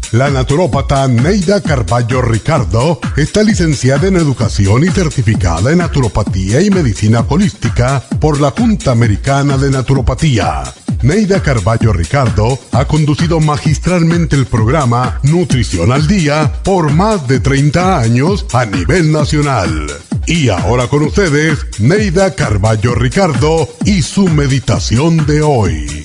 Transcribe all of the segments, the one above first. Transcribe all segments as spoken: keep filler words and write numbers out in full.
La naturópata Neida Carballo Ricardo está licenciada en Educación y certificada en Naturopatía y Medicina Holística por la Junta Americana de Naturopatía. Neida Carballo Ricardo ha conducido magistralmente el programa Nutrición al Día por más de treinta años a nivel nacional. Y ahora con ustedes, Neida Carballo Ricardo y su meditación de hoy.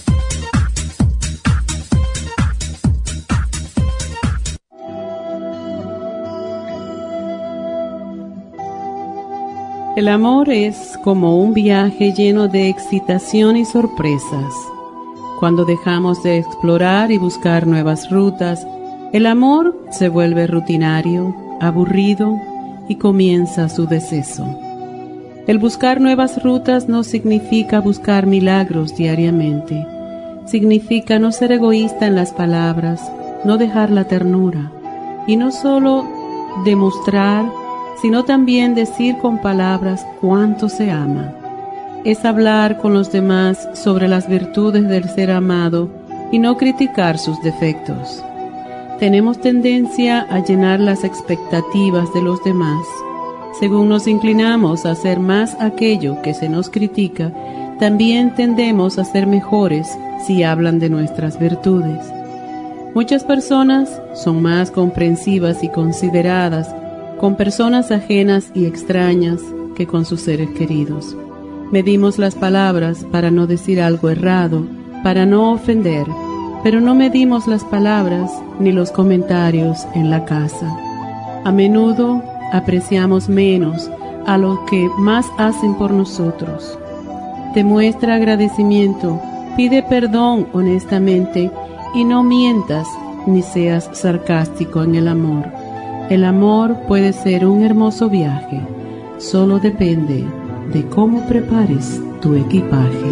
El amor es como un viaje lleno de excitación y sorpresas. Cuando dejamos de explorar y buscar nuevas rutas, el amor se vuelve rutinario, aburrido y comienza su deceso. El buscar nuevas rutas no significa buscar milagros diariamente. Significa no ser egoísta en las palabras, no dejar la ternura y no solo demostrar, sino también decir con palabras cuánto se ama. Es hablar con los demás sobre las virtudes del ser amado y no criticar sus defectos. Tenemos tendencia a llenar las expectativas de los demás. Según nos inclinamos a hacer más aquello que se nos critica, también tendemos a ser mejores si hablan de nuestras virtudes. Muchas personas son más comprensivas y consideradas con personas ajenas y extrañas que con sus seres queridos. Medimos las palabras para no decir algo errado, para no ofender, pero no medimos las palabras ni los comentarios en la casa. A menudo apreciamos menos a los que más hacen por nosotros. Demuestra agradecimiento, pide perdón honestamente y no mientas ni seas sarcástico en el amor. El amor puede ser un hermoso viaje, solo depende de cómo prepares tu equipaje.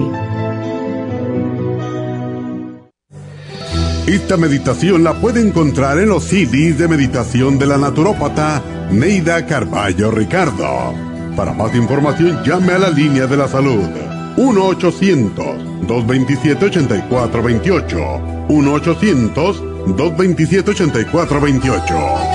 Esta meditación la puede encontrar en los C Ds de meditación de la naturópata Neida Carballo Ricardo. Para más información, llame a la línea de la salud uno ochocientos, dos veintisiete, ochenta y cuatro veintiocho. uno ochocientos, dos veintisiete, ochenta y cuatro veintiocho.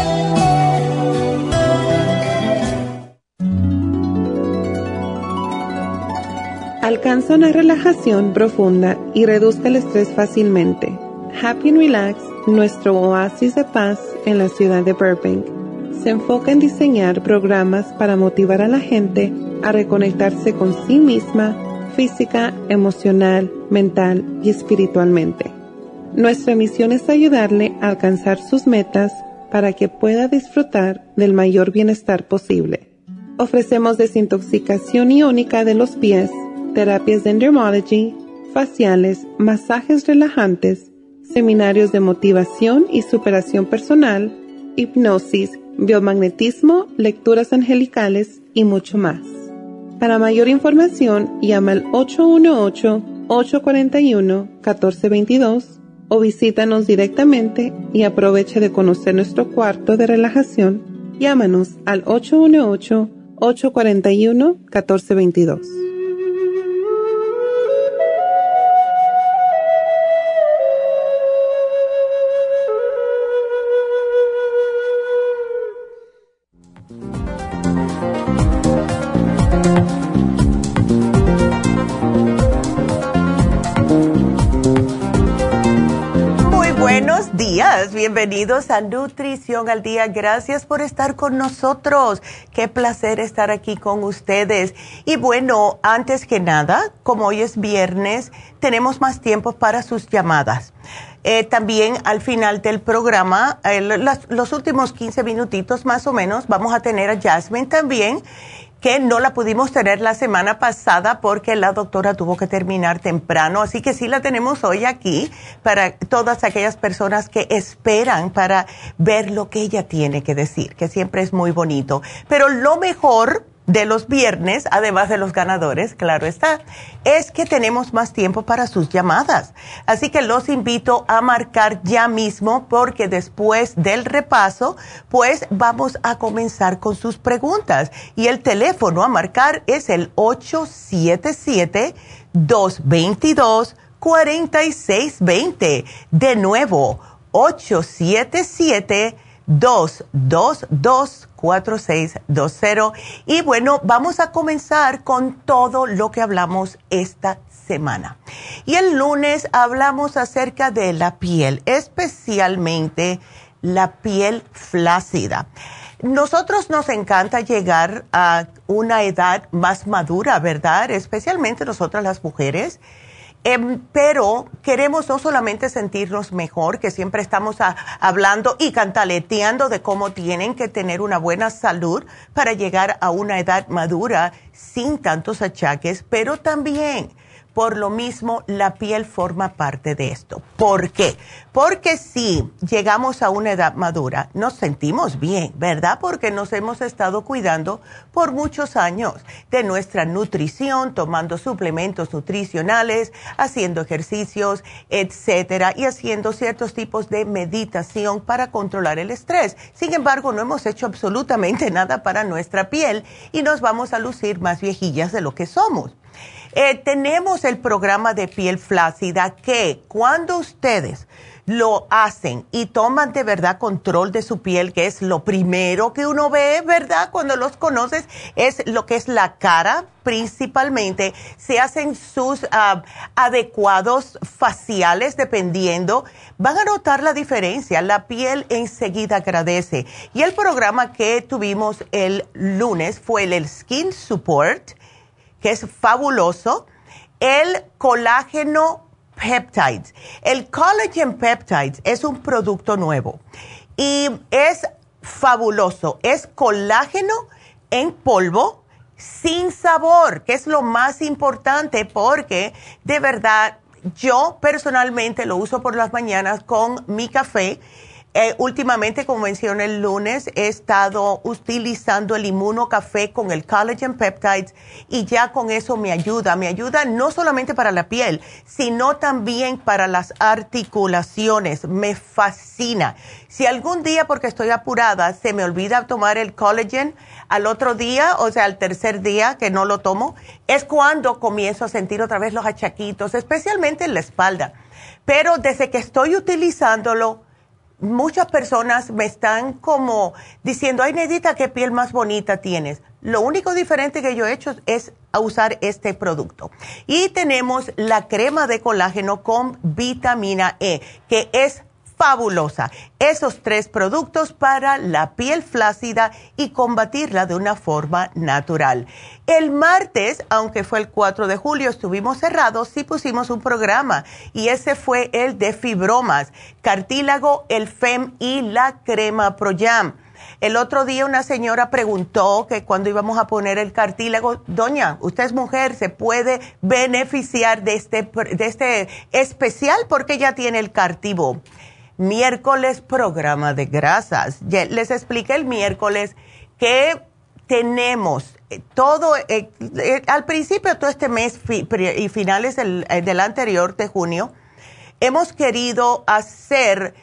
Alcanza una relajación profunda y reduzca el estrés fácilmente. Happy and Relax, nuestro oasis de paz en la ciudad de Burbank, se enfoca en diseñar programas para motivar a la gente a reconectarse con sí misma, física, emocional, mental y espiritualmente. Nuestra misión es ayudarle a alcanzar sus metas para que pueda disfrutar del mayor bienestar posible. Ofrecemos desintoxicación iónica de los pies, terapias de Dermology, faciales, masajes relajantes, seminarios de motivación y superación personal, hipnosis, biomagnetismo, lecturas angelicales y mucho más. Para mayor información, llama al ocho uno ocho, ocho cuatro uno, uno cuatro dos dos o visítanos directamente y aproveche de conocer nuestro cuarto de relajación. Llámanos al ocho uno ocho, ocho cuatro uno, uno cuatro dos dos. Bienvenidos a Nutrición al Día. Gracias por estar con nosotros. Qué placer estar aquí con ustedes. Y bueno, antes que nada, como hoy es viernes, tenemos más tiempo para sus llamadas. Eh, también al final del programa, eh, los, los últimos quince minutitos más o menos, vamos a tener a Jasmine también, que no la pudimos tener la semana pasada porque la doctora tuvo que terminar temprano, así que sí la tenemos hoy aquí para todas aquellas personas que esperan para ver lo que ella tiene que decir, que siempre es muy bonito. Pero lo mejor de los viernes, además de los ganadores, claro está, es que tenemos más tiempo para sus llamadas. Así que los invito a marcar ya mismo porque después del repaso, pues vamos a comenzar con sus preguntas. Y el teléfono a marcar es el ocho siete siete, dos dos dos, cuatro seis dos cero. De nuevo, ocho siete siete, dos dos dos, cuatro seis dos cero. Y bueno, vamos a comenzar con todo lo que hablamos esta semana. Y el lunes hablamos acerca de la piel, especialmente la piel flácida. Nosotros nos encanta llegar a una edad más madura, ¿verdad? Especialmente nosotras las mujeres. Eh, pero queremos no solamente sentirnos mejor, que siempre estamos a, hablando y cantaleteando de cómo tienen que tener una buena salud para llegar a una edad madura sin tantos achaques, pero también, por lo mismo, la piel forma parte de esto. ¿Por qué? Porque si llegamos a una edad madura, nos sentimos bien, ¿verdad? Porque nos hemos estado cuidando por muchos años de nuestra nutrición, tomando suplementos nutricionales, haciendo ejercicios, etcétera, y haciendo ciertos tipos de meditación para controlar el estrés. Sin embargo, no hemos hecho absolutamente nada para nuestra piel y nos vamos a lucir más viejillas de lo que somos. Eh, tenemos el programa de piel flácida que cuando ustedes lo hacen y toman de verdad control de su piel, que es lo primero que uno ve, ¿verdad? Cuando los conoces, es lo que es la cara principalmente. Se hacen sus uh, adecuados faciales dependiendo. Van a notar la diferencia. La piel enseguida agradece. Y el programa que tuvimos el lunes fue el Skin Support, que es fabuloso, el colágeno peptides. El collagen peptides es un producto nuevo y es fabuloso. Es colágeno en polvo sin sabor, que es lo más importante porque de verdad yo personalmente lo uso por las mañanas con mi café. Eh, últimamente, como mencioné el lunes, he estado utilizando el Inmunocafé con el Collagen Peptides y ya con eso me ayuda. Me ayuda no solamente para la piel, sino también para las articulaciones. Me fascina. Si algún día, porque estoy apurada, se me olvida tomar el collagen, al otro día, o sea, al tercer día que no lo tomo, es cuando comienzo a sentir otra vez los achaquitos, especialmente en la espalda. Pero desde que estoy utilizándolo, muchas personas me están como diciendo, ay, Neidita, qué piel más bonita tienes. Lo único diferente que yo he hecho es usar este producto. Y tenemos la crema de colágeno con vitamina E, que es fabulosa. Esos tres productos para la piel flácida y combatirla de una forma natural. El martes, aunque fue el cuatro de julio, estuvimos cerrados, sí pusimos un programa y ese fue el de fibromas, cartílago, el F E M y la crema ProYam. El otro día una señora preguntó que cuando íbamos a poner el cartílago, doña, usted es mujer, ¿se puede beneficiar de este, de este especial porque ya tiene el Cartivo? Miércoles, programa de grasas. Ya les expliqué el miércoles que tenemos todo, eh, eh, al principio de todo este mes fi, y finales del, eh, del anterior de junio, hemos querido hacer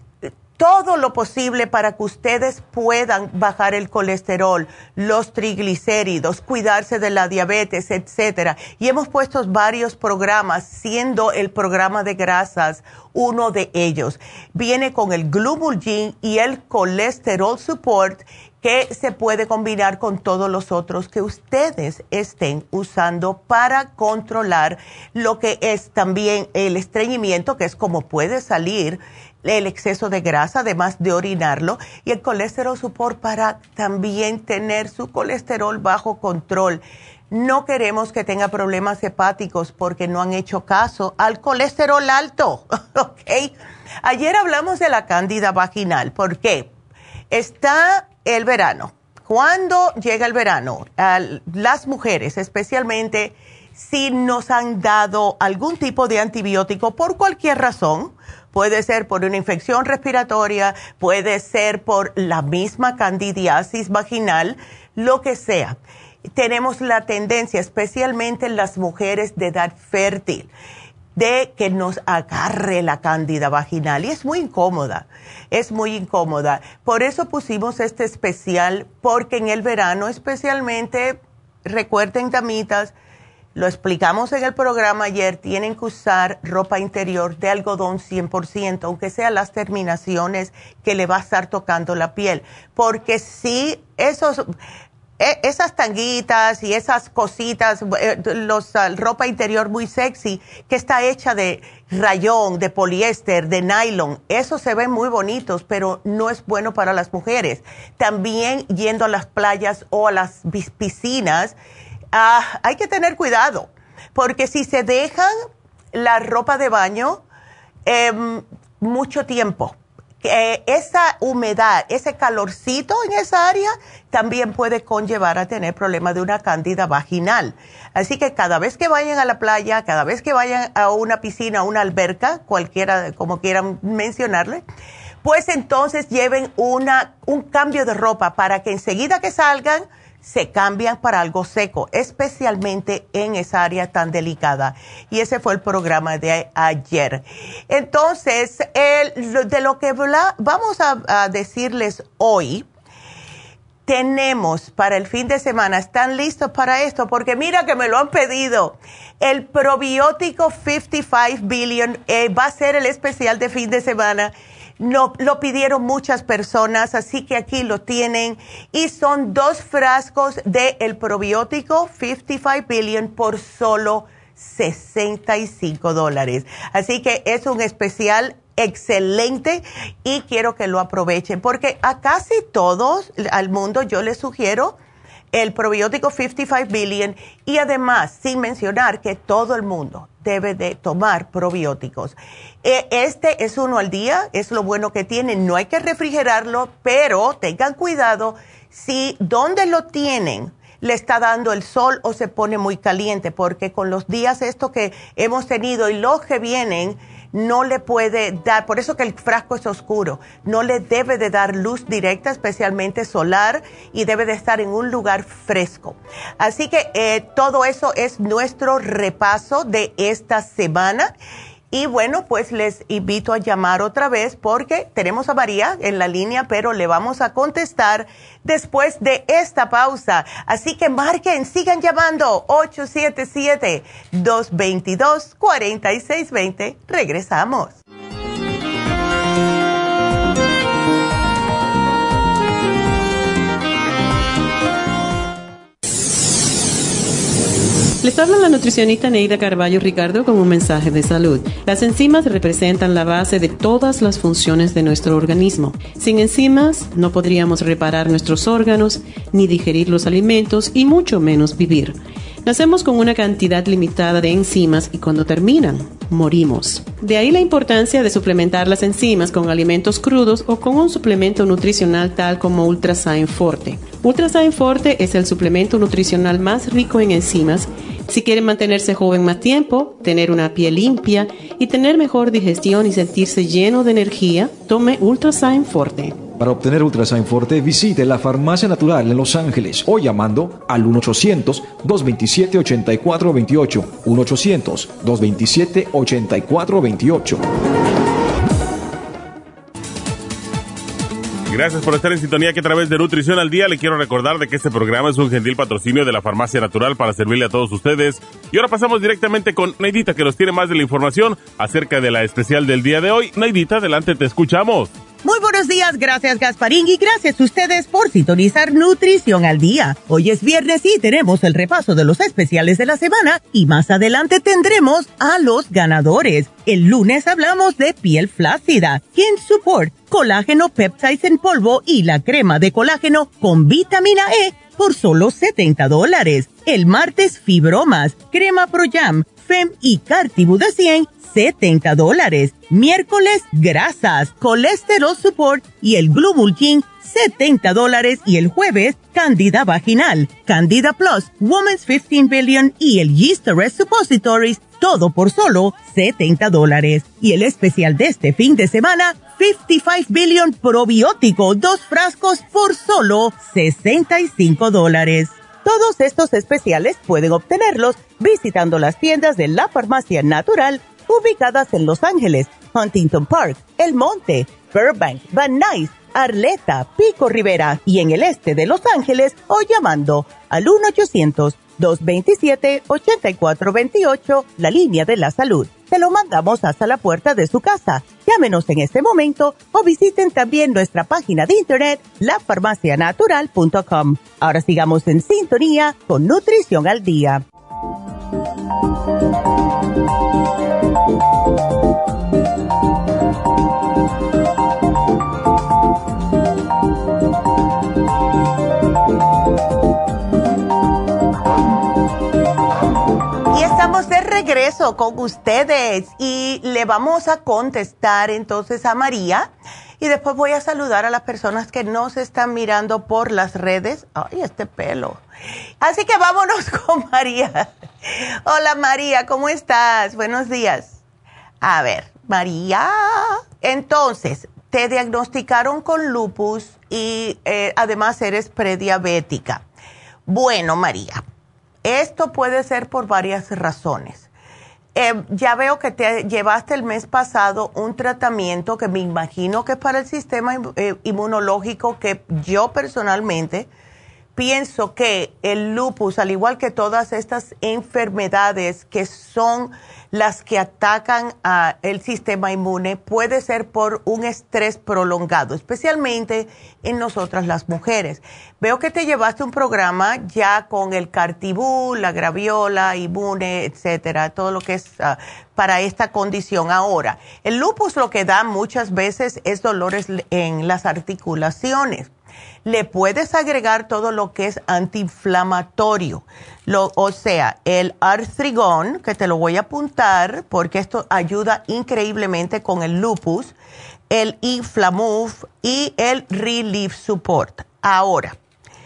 todo lo posible para que ustedes puedan bajar el colesterol, los triglicéridos, cuidarse de la diabetes, etcétera. Y hemos puesto varios programas, siendo el programa de grasas uno de ellos. Viene con el Glubulgin y el Colesterol Support, que se puede combinar con todos los otros que ustedes estén usando para controlar lo que es también el estreñimiento, que es como puede salir el exceso de grasa, además de orinarlo, y el Colesterol Support para también tener su colesterol bajo control. No queremos que tenga problemas hepáticos porque no han hecho caso al colesterol alto, ¿ok? Ayer hablamos de la cándida vaginal. ¿Por qué? Está el verano. Cuando llega el verano, a las mujeres especialmente, si nos han dado algún tipo de antibiótico por cualquier razón, puede ser por una infección respiratoria, puede ser por la misma candidiasis vaginal, lo que sea. Tenemos la tendencia, especialmente en las mujeres de edad fértil, de que nos agarre la cándida vaginal y es muy incómoda, es muy incómoda. Por eso pusimos este especial, porque en el verano especialmente, recuerden, damitas, lo explicamos en el programa ayer, tienen que usar ropa interior de algodón cien por ciento, aunque sea las terminaciones que le va a estar tocando la piel. Porque si esos, esas tanguitas y esas cositas, los, uh, ropa interior muy sexy, que está hecha de rayón, de poliéster, de nylon, eso se ven muy bonitos, pero no es bueno para las mujeres. También yendo a las playas o a las piscinas, Uh, hay que tener cuidado, porque si se dejan la ropa de baño eh, mucho tiempo, eh, esa humedad, ese calorcito en esa área también puede conllevar a tener problemas de una cándida vaginal. Así que cada vez que vayan a la playa, cada vez que vayan a una piscina, a una alberca, cualquiera, como quieran mencionarle, pues entonces lleven una, un cambio de ropa para que enseguida que salgan, se cambian para algo seco, especialmente en esa área tan delicada. Y ese fue el programa de ayer. Entonces, el, de lo que bla, vamos a, a decirles hoy, tenemos para el fin de semana, ¿están listos para esto? Porque mira que me lo han pedido. El probiótico cincuenta y cinco billion eh, va a ser el especial de fin de semana. No, lo pidieron muchas personas, así que aquí lo tienen. Y son dos frascos de el probiótico cincuenta y cinco billion por solo sesenta y cinco dólares. Así que es un especial excelente y quiero que lo aprovechen porque a casi todos al mundo yo les sugiero el probiótico cincuenta y cinco billion y además sin mencionar que todo el mundo debe de tomar probióticos. Este es uno al día, es lo bueno que tiene, no hay que refrigerarlo, pero tengan cuidado si donde lo tienen le está dando el sol o se pone muy caliente, porque con los días estos que hemos tenido y los que vienen, no le puede dar, por eso que el frasco es oscuro, no le debe de dar luz directa, especialmente solar, y debe de estar en un lugar fresco. Así que eh, todo eso es nuestro repaso de esta semana. Y bueno, pues les invito a llamar otra vez porque tenemos a María en la línea, pero le vamos a contestar después de esta pausa. Así que marquen, sigan llamando ocho siete siete, dos dos dos, cuatro seis dos cero. Regresamos. Les habla la nutricionista Neida Carballo Ricardo con un mensaje de salud. Las enzimas representan la base de todas las funciones de nuestro organismo. Sin enzimas no podríamos reparar nuestros órganos, ni digerir los alimentos y mucho menos vivir. Nacemos con una cantidad limitada de enzimas y cuando terminan, morimos. De ahí la importancia de suplementar las enzimas con alimentos crudos o con un suplemento nutricional tal como Ultrasign Forte. Ultrasign Forte es el suplemento nutricional más rico en enzimas. Si quieren mantenerse joven más tiempo, tener una piel limpia y tener mejor digestión y sentirse lleno de energía, tome Ultrasign Forte. Para obtener Ultrasign Forte, visite la Farmacia Natural en Los Ángeles o llamando al uno ochocientos, dos veintisiete, ochenta y cuatro veintiocho. uno ochocientos, dos veintisiete, ochenta y cuatro veintiocho. Gracias por estar en sintonía que a través de Nutrición al Día le quiero recordar de que este programa es un gentil patrocinio de la Farmacia Natural para servirle a todos ustedes. Y ahora pasamos directamente con Neidita que nos tiene más de la información acerca de la especial del día de hoy. Neidita, adelante, te escuchamos. Muy buenos días, gracias Gasparín y gracias a ustedes por sintonizar Nutrición al Día. Hoy es viernes y tenemos el repaso de los especiales de la semana y más adelante tendremos a los ganadores. El lunes hablamos de piel flácida, Skin Support, colágeno peptides en polvo y la crema de colágeno con vitamina E por solo setenta dólares. El martes Fibromas, crema Pro Jam, Fem y Cartibu de cien, setenta dólares. Miércoles, grasas, colesterol support y el Glumulgin, setenta dólares. Y el jueves, Candida vaginal, Candida Plus, Women's quince billion y el Yeast Arrest Suppositories, todo por solo setenta dólares. Y el especial de este fin de semana, cincuenta y cinco billion probiótico, dos frascos por solo sesenta y cinco dólares. Todos estos especiales pueden obtenerlos visitando las tiendas de la Farmacia Natural ubicadas en Los Ángeles, Huntington Park, El Monte, Burbank, Van Nuys, Arleta, Pico Rivera y en el este de Los Ángeles o llamando al uno ochocientos, dos dos siete, ocho cuatro dos ocho, la línea de la salud. Se lo mandamos hasta la puerta de su casa. Llámenos en este momento o visiten también nuestra página de internet, la farmacia natural punto com. Ahora sigamos en sintonía con Nutrición al Día. Y estamos de regreso con ustedes y le vamos a contestar entonces a María y después voy a saludar a las personas que nos están mirando por las redes. Ay, este pelo. Así que vámonos con María. Hola María, ¿cómo estás? Buenos días. A ver, María. Entonces, te diagnosticaron con lupus y eh, además eres prediabética. Bueno, María. Esto puede ser por varias razones. Eh, ya veo que te llevaste el mes pasado un tratamiento que me imagino que es para el sistema eh, inmunológico, que yo personalmente pienso que el lupus, al igual que todas estas enfermedades que son las que atacan al sistema inmune, puede ser por un estrés prolongado, especialmente en nosotras las mujeres. Veo que te llevaste un programa ya con el Cartibú, la Graviola, Inmune, etcétera, todo lo que es uh, para esta condición. Ahora, el lupus lo que da muchas veces es dolores en las articulaciones. Le puedes agregar todo lo que es antiinflamatorio, lo, o sea, el Artrigón, que te lo voy a apuntar porque esto ayuda increíblemente con el lupus, el Inflamove y el Relief Support. Ahora,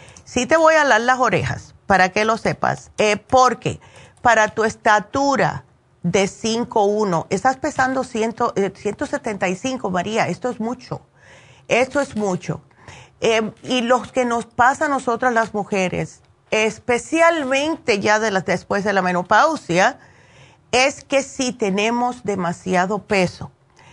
sí te voy a alar las orejas para que lo sepas, eh, porque para tu estatura de cinco uno, estás pesando cien, eh, ciento setenta y cinco, María, esto es mucho, esto es mucho. Eh, y lo que nos pasa a nosotras las mujeres, especialmente ya de las, después de la menopausia, es que si tenemos demasiado peso,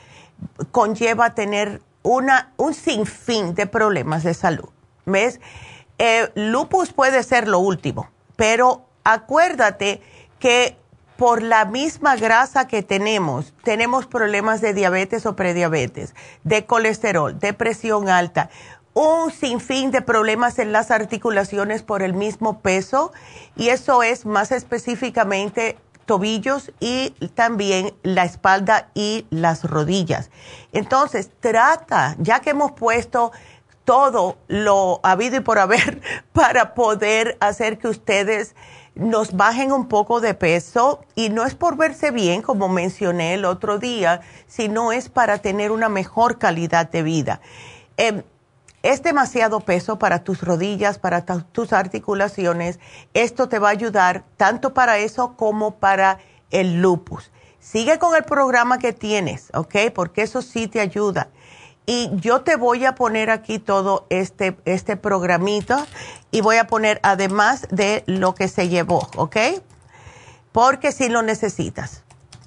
conlleva tener una, un sinfín de problemas de salud. ¿Ves? Eh, lupus puede ser lo último, pero acuérdate que por la misma grasa que tenemos, tenemos problemas de diabetes o prediabetes, de colesterol, de presión alta, un sinfín de problemas en las articulaciones por el mismo peso, y eso es más específicamente tobillos y también la espalda y las rodillas. Entonces, trata, ya que hemos puesto todo lo habido y por haber para poder hacer que ustedes nos bajen un poco de peso, y no es por verse bien, como mencioné el otro día, sino es para tener una mejor calidad de vida. Eh, Es demasiado peso para tus rodillas, para tus articulaciones. Esto te va a ayudar tanto para eso como para el lupus. Sigue con el programa que tienes, ¿ok? Porque eso sí te ayuda. Y yo te voy a poner aquí todo este, este programito, y voy a poner además de lo que se llevó, ¿ok? Porque si lo necesitas.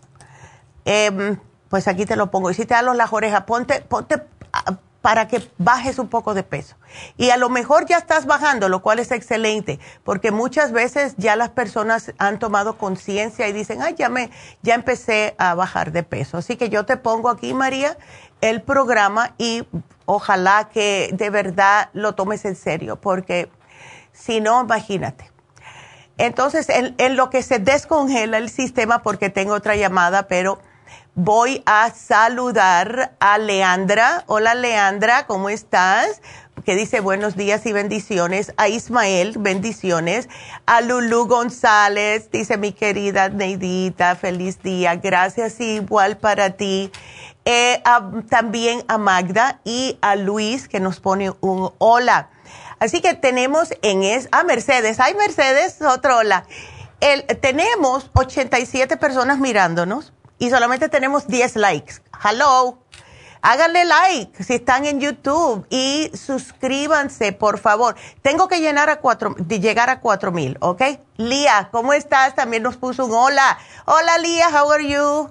Eh, pues aquí te lo pongo. Y si te da las orejas, ponte... ponte para que bajes un poco de peso. Y a lo mejor ya estás bajando, lo cual es excelente, porque muchas veces ya las personas han tomado conciencia y dicen, ay, ya, me, ya empecé a bajar de peso. Así que yo te pongo aquí, María, el programa, y ojalá que de verdad lo tomes en serio, porque si no, imagínate. Entonces, en, en lo que se descongela el sistema, porque tengo otra llamada, pero... voy a saludar a Leandra. Hola, Leandra, ¿cómo estás? Que dice buenos días y bendiciones. A Ismael, bendiciones. A Lulú González, dice mi querida Neidita, feliz día. Gracias, igual para ti. Eh, a, también a Magda y a Luis, que nos pone un hola. Así que tenemos en es... Ah, Mercedes. Ay, Mercedes, otro hola. El, tenemos ochenta y siete personas mirándonos. Y solamente tenemos diez likes. Hello. Háganle like si están en YouTube y suscríbanse, por favor. Tengo que llenar a cuatro, llegar a cuatro mil, ¿ok? Lía, ¿cómo estás? También nos puso un hola. Hola, Lía, how are you?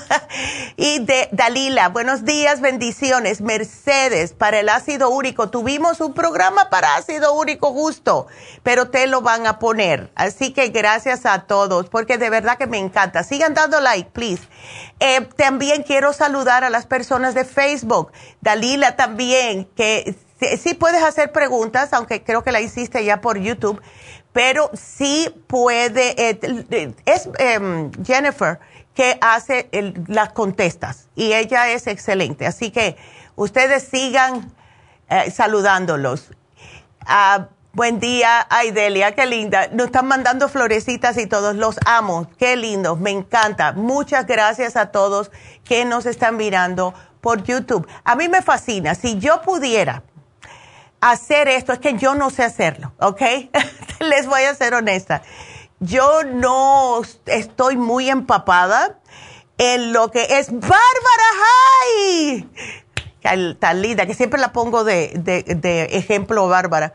Y de Dalila, buenos días, bendiciones. Mercedes, para el ácido úrico. Tuvimos un programa para ácido úrico justo, pero te lo van a poner. Así que gracias a todos, porque de verdad que me encanta. Sigan dando like, please. Eh, también quiero saludar a las personas de Facebook. Dalila también, que sí, sí puedes hacer preguntas, aunque creo que la hiciste ya por YouTube. Pero sí puede, eh, es eh, Jennifer que hace el, las contestas y ella es excelente. Así que ustedes sigan eh, saludándolos. Uh, buen día, ay Delia, qué linda. Nos están mandando florecitas y todos los amo. Qué lindos, me encanta. Muchas gracias a todos que nos están mirando por YouTube. A mí me fascina. Si yo pudiera hacer esto, es que yo no sé hacerlo, ¿ok? Les voy a ser honesta. Yo no estoy muy empapada en lo que es Bárbara Hay. Tan linda, que siempre la pongo de, de, de ejemplo, Bárbara.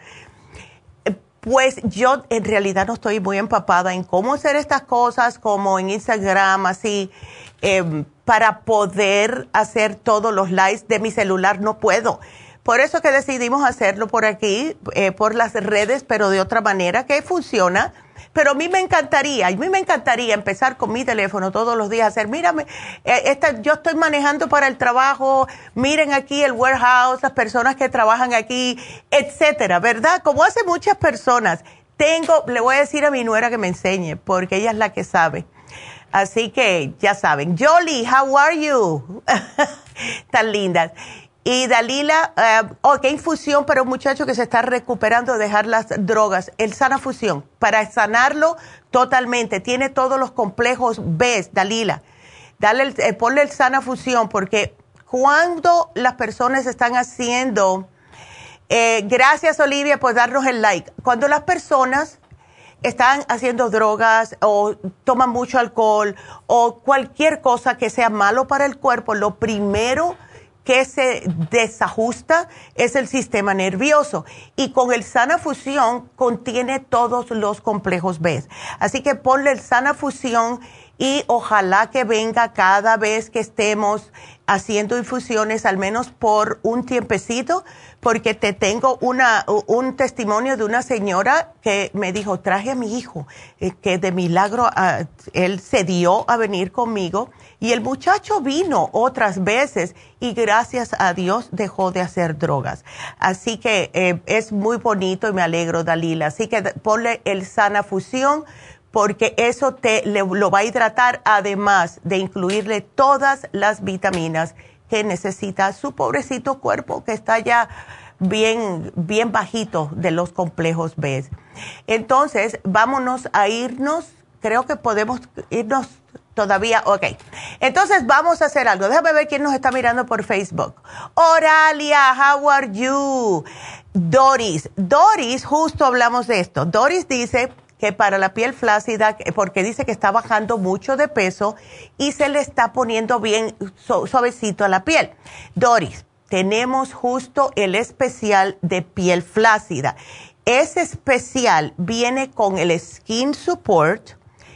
Pues yo en realidad no estoy muy empapada en cómo hacer estas cosas, como en Instagram, así, eh, para poder hacer todos los lives de mi celular, no puedo. Por eso que decidimos hacerlo por aquí, eh, por las redes, pero de otra manera que funciona. Pero a mí me encantaría, a mí me encantaría empezar con mi teléfono todos los días, hacer, mírame, eh, esta, yo estoy manejando para el trabajo, miren aquí el warehouse, las personas que trabajan aquí, etcétera, ¿verdad? Como hacen muchas personas. Tengo, le voy a decir a mi nuera que me enseñe, porque ella es la que sabe. Así que ya saben. Jolie, how are you? Tan lindas. Y Dalila, uh, ok, infusión para un muchacho que se está recuperando de dejar las drogas. El Sana Fusión, para sanarlo totalmente. Tiene todos los complejos B, Dalila. Dale el, eh, ponle el Sana Fusión, porque cuando las personas están haciendo, eh, gracias Olivia por darnos el like, cuando las personas están haciendo drogas o toman mucho alcohol o cualquier cosa que sea malo para el cuerpo, lo primero que se desajusta es el sistema nervioso. Y con el Sana Fusión contiene todos los complejos B. Así que ponle el Sana Fusión y ojalá que venga cada vez que estemos haciendo infusiones, al menos por un tiempecito, porque te tengo una, un testimonio de una señora que me dijo, traje a mi hijo, eh, que de milagro uh, él se dio a venir conmigo, y el muchacho vino otras veces y gracias a Dios dejó de hacer drogas. Así que eh, es muy bonito y me alegro, Dalila. Así que ponle el Sana Fusión, porque eso te le, lo va a hidratar, además de incluirle todas las vitaminas que necesita su pobrecito cuerpo, que está ya bien, bien bajito de los complejos B. Entonces, vámonos a irnos, creo que podemos irnos todavía, ok. Entonces, vamos a hacer algo. Déjame ver quién nos está mirando por Facebook. Oralia, how are you? Doris, Doris, justo hablamos de esto. Doris dice que para la piel flácida, porque dice que está bajando mucho de peso y se le está poniendo bien suavecito a la piel. Doris, tenemos justo el especial de piel flácida. Ese especial viene con el Skin Support,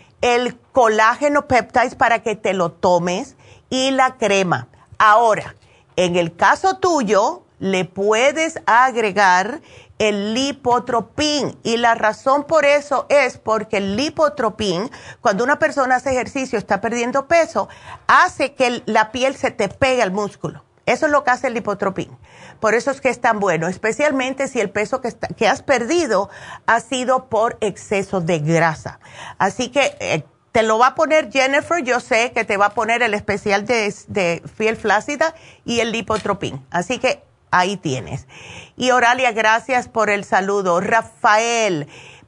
el colágeno peptides para que te lo tomes y la crema. Ahora, en el caso tuyo, le puedes agregar el lipotropin, y la razón por eso es porque el lipotropin, cuando una persona hace ejercicio, está perdiendo peso, hace que la piel se te pegue al músculo. Eso es lo que hace el lipotropin. Por eso es que es tan bueno, especialmente si el peso que, está, que has perdido ha sido por exceso de grasa. Así que eh, te lo va a poner Jennifer, yo sé que te va a poner el especial de, de piel flácida y el lipotropin. Así que ahí tienes. Y Oralia, gracias por el saludo. Rafael,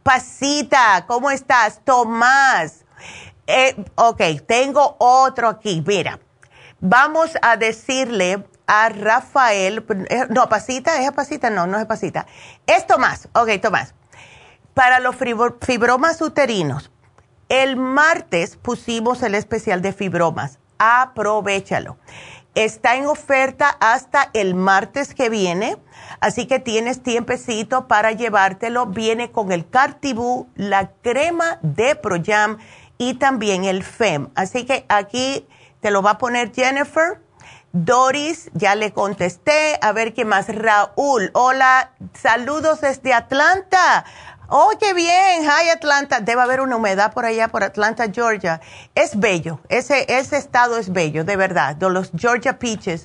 Pasita, ¿cómo estás? Tomás. Eh, ok, tengo otro aquí. Mira, vamos a decirle a Rafael, no, Pasita, ¿es Pasita? No, no es Pasita. Es Tomás. Ok, Tomás. Para los fibromas uterinos, el martes pusimos el especial de fibromas. Aprovechalo. Está en oferta hasta el martes que viene, así que tienes tiempecito para llevártelo. Viene con el Cartibú, la crema de ProYam y también el F E M. Así que aquí te lo va a poner Jennifer. Doris, ya le contesté. A ver qué más. Raúl, hola, saludos desde Atlanta. Oh, qué bien. Hi, Atlanta. Debe haber una humedad por allá, por Atlanta, Georgia. Es bello. Ese, ese estado es bello, de verdad. De los Georgia Peaches.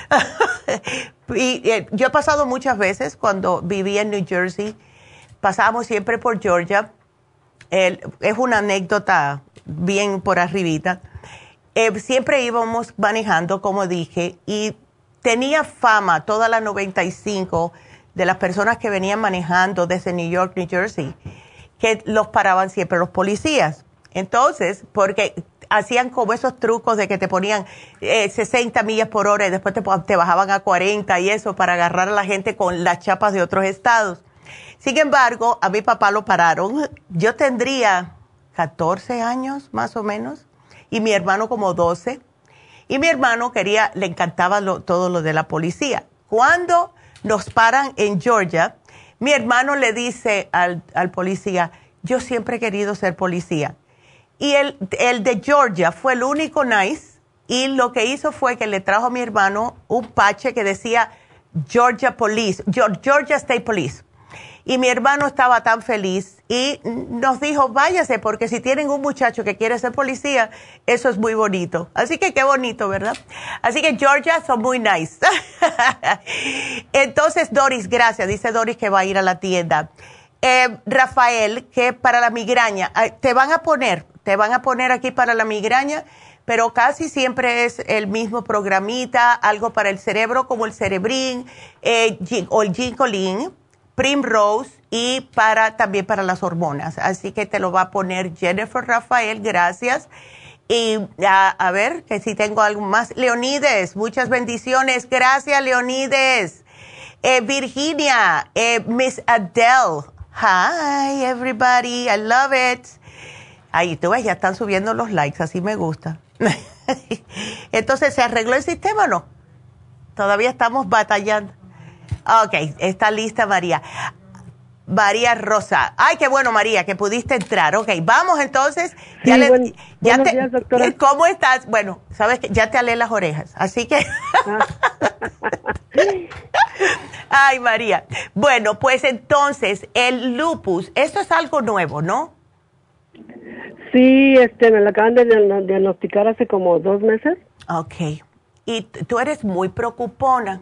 y eh, yo he pasado muchas veces cuando vivía en New Jersey. Pasábamos siempre por Georgia. El, es una anécdota bien por arribita. Eh, siempre íbamos manejando, como dije, y tenía fama toda la noventa y cinco de las personas que venían manejando desde New York, New Jersey, que los paraban siempre los policías. Entonces, porque hacían como esos trucos de que te ponían eh, sesenta millas por hora y después te, te bajaban a cuarenta y eso para agarrar a la gente con las chapas de otros estados. Sin embargo, a mi papá lo pararon. Yo tendría catorce años más o menos y mi hermano como doce. Y mi hermano quería, le encantaba lo, todo lo de la policía. Cuando nos paran en Georgia, mi hermano le dice al, al policía, yo siempre he querido ser policía. Y el, el de Georgia fue el único nice, y lo que hizo fue que le trajo a mi hermano un pache que decía Georgia Police, Georgia State Police. Y mi hermano estaba tan feliz y nos dijo, váyase, porque si tienen un muchacho que quiere ser policía, eso es muy bonito. Así que qué bonito, ¿verdad? Así que Georgia son muy nice. Entonces, Doris, gracias. Dice Doris que va a ir a la tienda. Eh, Rafael, que para la migraña, te van a poner, te van a poner aquí para la migraña, pero casi siempre es el mismo programita, algo para el cerebro como el Cerebrin eh, o el Ginkolin, Primrose y para también para las hormonas. Así que te lo va a poner Jennifer Rafael, gracias. Y a, a ver, que si tengo algo más. Leonides, muchas bendiciones. Gracias, Leonides. Eh, Virginia, eh, Miss Adele. Hi, everybody. I love it. Ahí tú ves, ya están subiendo los likes. Así me gusta. Entonces, ¿se arregló el sistema o no? Todavía estamos batallando. Ok, está lista María. María Rosa. Ay, qué bueno, María, que pudiste entrar. Ok, vamos entonces. Ya sí, le, buen, ya buenos te, días, doctora. ¿Cómo estás? Bueno, sabes que ya te alé las orejas, así que... Ah. Ay, María. Bueno, pues entonces, el lupus, esto es algo nuevo, ¿no? Sí, este, me lo acaban de diagnosticar hace como dos meses. Ok. Y tú eres muy preocupona.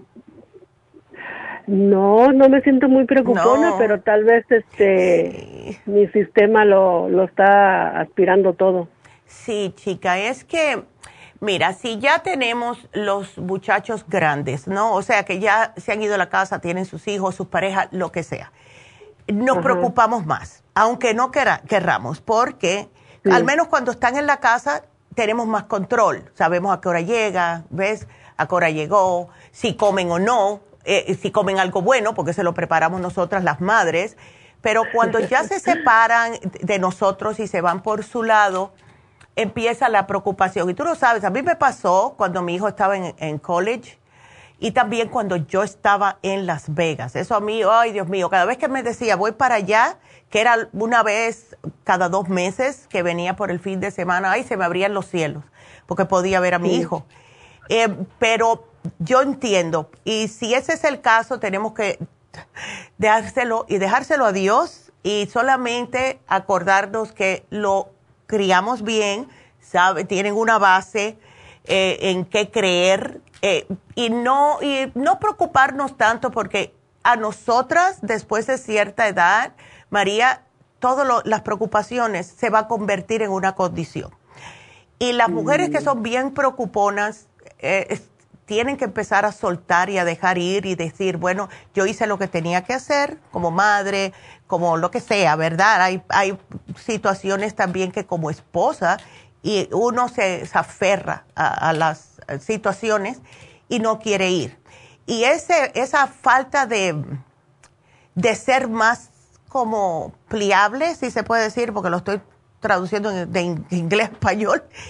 No, no me siento muy preocupona, no. Pero tal vez este sí. Mi sistema lo, lo está aspirando todo. Sí, chica, es que, mira, si ya tenemos los muchachos grandes, ¿no? O sea, que ya se han ido a la casa, tienen sus hijos, sus parejas, lo que sea. Nos Ajá. preocupamos más, aunque no quera, querramos, porque sí. Al menos cuando están en la casa tenemos más control. Sabemos a qué hora llega, ¿ves? A qué hora llegó, si comen o no. Eh, si comen algo bueno, porque se lo preparamos nosotras las madres, pero cuando ya se separan de nosotros y se van por su lado, empieza la preocupación. Y tú lo sabes, a mí me pasó cuando mi hijo estaba en, en college y también cuando yo estaba en Las Vegas. Eso a mí, ay Dios mío, cada vez que me decía voy para allá, que era una vez cada dos meses que venía por el fin de semana, ay, se me abrían los cielos, porque podía ver a mi sí. hijo. Eh, pero yo entiendo, y si ese es el caso, tenemos que dejárselo y dejárselo a Dios y solamente acordarnos que lo criamos bien, sabe, tienen una base eh, en qué creer eh, y no y no preocuparnos tanto, porque a nosotras después de cierta edad, María, todas las preocupaciones se va a convertir en una condición. Y las mujeres que son bien preocuponas eh, tienen que empezar a soltar y a dejar ir y decir, bueno, yo hice lo que tenía que hacer como madre, como lo que sea, ¿verdad? Hay, hay situaciones también que como esposa y uno se, se aferra a, a las situaciones y no quiere ir. Y ese, esa falta de, de ser más como pliable, si se puede decir, porque lo estoy traduciendo de inglés a español,